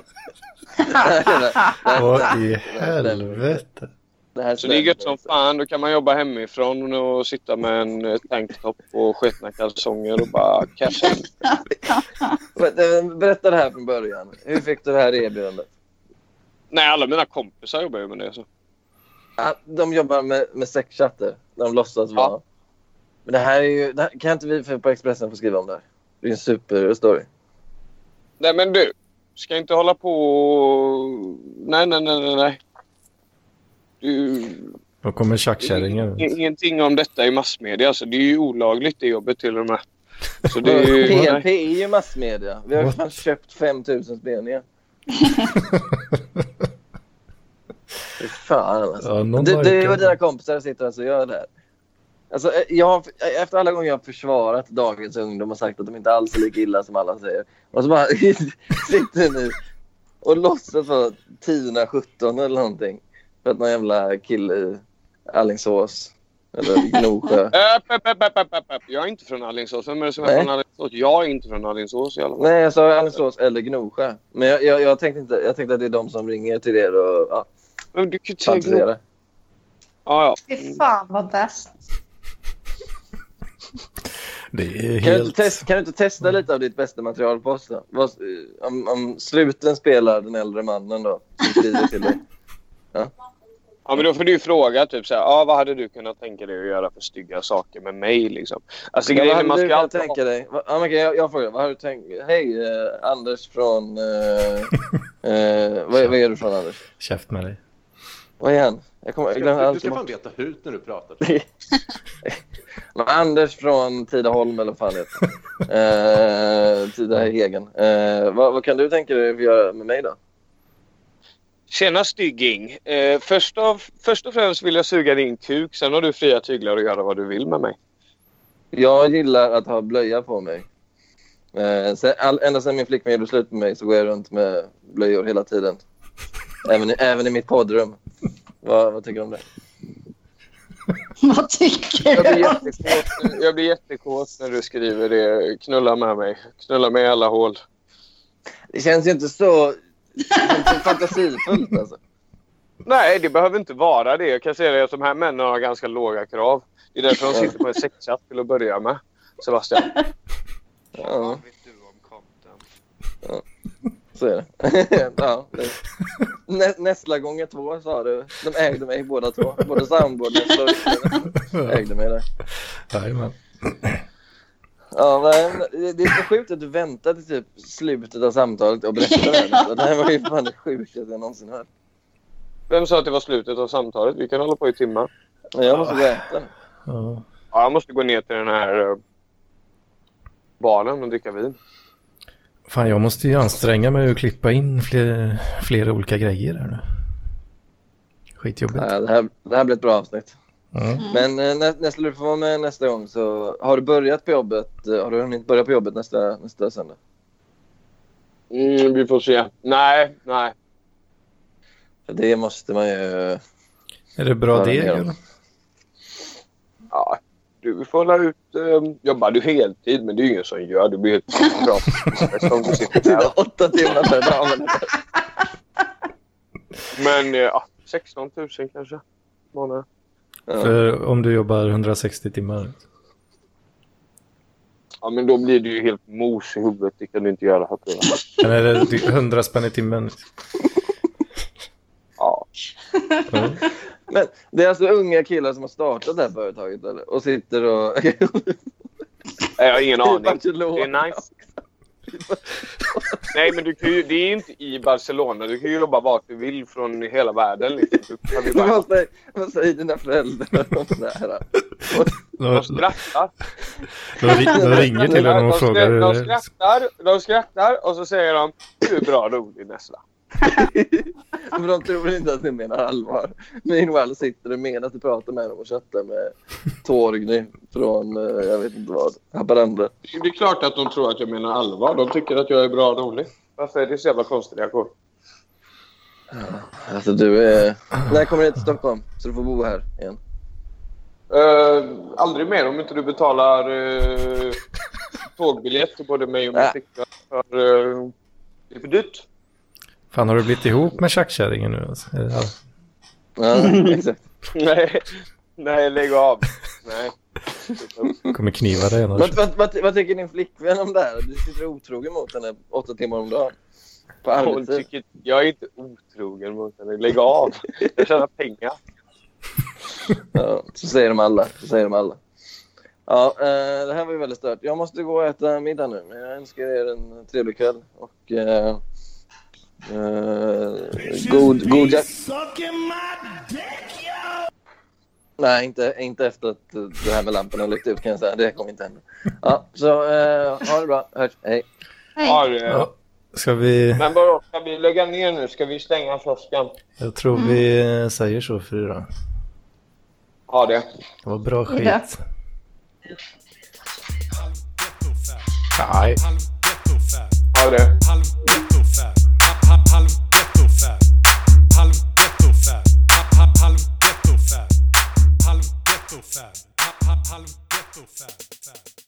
Vad i helvete? Så det är gött som fan. Då kan man jobba hemifrån och sitta med en tanktop och sketna kalsonger och bara casha in. Berätta det här från början. Hur fick du det här erbjudandet? Nej, alla mina kompisar jobbar ju med det. Så. Ja, de jobbar med sexchatter. De låtsas vara. Ja. Men det här är ju... kan inte vi på Expressen få skriva om det här? Det är en superstory. Nej, men du. Ska inte hålla på... Nej. Då kommer tjackkärringen. Ingenting om detta i massmedia. Alltså, det är ju olagligt det jobbet till och med. Så det är ju... PNP är ju massmedia. Vi har fan köpt 5000 spelningar. Fan alltså. Ja, du och dina kompisar sitter alltså och gör det här. Alltså, efter alla gånger jag har försvarat dagens ungdom och sagt att de inte alls är lika illa som alla säger. Och så bara sitter ni och låtsas vara 10-17 eller någonting. För att någon jävla kille i Alingsås eller Gnosjö. Jag är inte från Alingsås. Vem är det som är från Alingsås? Jag är inte från Alingsås i alla fall. Nej, jag sa Alingsås eller Gnosjö. Men jag tänkte att det är de som ringer till er och ja. Men du kan fantisera. Ja. Fy fan vad bäst. Det är helt... Kan du inte testa lite av ditt bästa material på oss då? Om sluten spelar den äldre mannen då som skriver till dig. Ja, men då får du ju fråga typ så här, vad hade du kunnat tänka dig att göra för stygga saker med mig liksom? Alltså vad hade man ska alltid tänka dig? Jag frågar, vad har du tänkt? Hej, Anders från vad är du från, Anders? Käft med dig. Vad är han? Du ska fan veta hut när du pratar. Anders från Tidaholm eller vad fan heter Tidahegen. Vad kan du tänka dig att göra med mig då? Tjena stygging. Först och främst vill jag suga din kuk. Sen har du fria tyglar och göra vad du vill med mig. Jag gillar att ha blöja på mig. Ända sedan min flickvän gjorde slut med mig så går jag runt med blöjor hela tiden. Även i mitt poddrum. Vad tycker du om det? Vad tycker du? Jag blir jättekåt när du skriver det. Knulla med mig. Knulla med i alla hål. Det känns ju inte så fantasifullt alltså. Nej, det behöver inte vara det. Jag kan säga det att de här männen har ganska låga krav. Det är därför de sitter på en sexchatt till att börja med. Sebastian. Ja. Vad vet du om content? Ja. Så är det. Ja, Nästla gånger 2 sa du. De ägde mig båda två. Både Soundboard och ägde mig där. Jajamän. Ja, men det är så sjukt att du väntar till typ slutet av samtalet och berättar det här. Det här var ju fan det sjukaste jag någonsin hört. Vem sa att det var slutet av samtalet? Vi kan hålla på i timmar. Ja, jag måste vänta. Ja, jag måste gå ner till den här baren och dricka vin. Fan, jag måste ju anstränga mig och klippa in flera olika grejer här nu. Skitjobbigt. Ja, det här blir ett bra avsnitt. Mm. Men nästa du får vara med nästa gång så har du börjat på jobbet. Har du hunnit börja på jobbet nästa söndag? Vi får se. Nej. För det måste man ju. Är det bra deg eller? Ja, du får hålla ut. Jobbar du heltid, men det är ju ingen som gör. Du blir helt bra. Som du sitter där. 8 timmar per dag. Men ja, 16 000 kanske. Månader. Ja. För om du jobbar 160 timmar. Ja, men då blir det ju helt mos i huvudet. Det kan du inte göra. Men är det 100 spänn i timmen? Ja. Mm. Men det är alltså unga killar som har startat det här företaget eller? Och sitter och... Jag har ingen aning. Det är nice. Nej, men du kan ju, det är inte i Barcelona. Du kan ju jobba vart du vill från hela världen. Liksom. Vad säger dina föräldrar om det här? De skrattar. De ringer till honom och frågar. De skrattar och så säger de, du är bra rolig Nessla. Men de tror inte att ni menar allvar. Meanwhile sitter du med att du pratar med dem och chattar med Torgny från, jag vet inte vad, Haparanda. Det är klart att de tror att jag menar allvar. De tycker att jag är bra rolig. Varför är det så jävla konstig reaktion? Alltså du är... När kommer du till Stockholm? Så du får bo här igen. Aldrig mer om inte du betalar tågbiljett till både mig och min flicka. Det är för dyrt. Fan, har du blivit ihop med tjackkärringen nu? Alltså? Ja, exakt. Nej, lägg av. Nej. Kommer kniva dig annars. Vad tycker din flickvän om det här? Du sitter otrogen mot henne 8 timmar om dagen. På arbetstid. Jag är inte otrogen mot henne. Lägg av. Jag tjänar pengar. Ja, så säger de alla. Ja, det här var ju väldigt stört. Jag måste gå och äta middag nu. Men jag önskar er en trevlig kväll. Och god jakt. Nej, inte efter att det här med lamporna lyft ut kan jag säga. Det kommer inte hända. Ja, så ha det bra. Hörs. Hej. Ja, ska vi... Men bara, ska vi lägga ner nu? Ska vi stänga kiosken? Jag tror vi säger så för idag. Ja, det. Det var bra skit. Ja. Nej. Ja, det. Halv ghetto fab.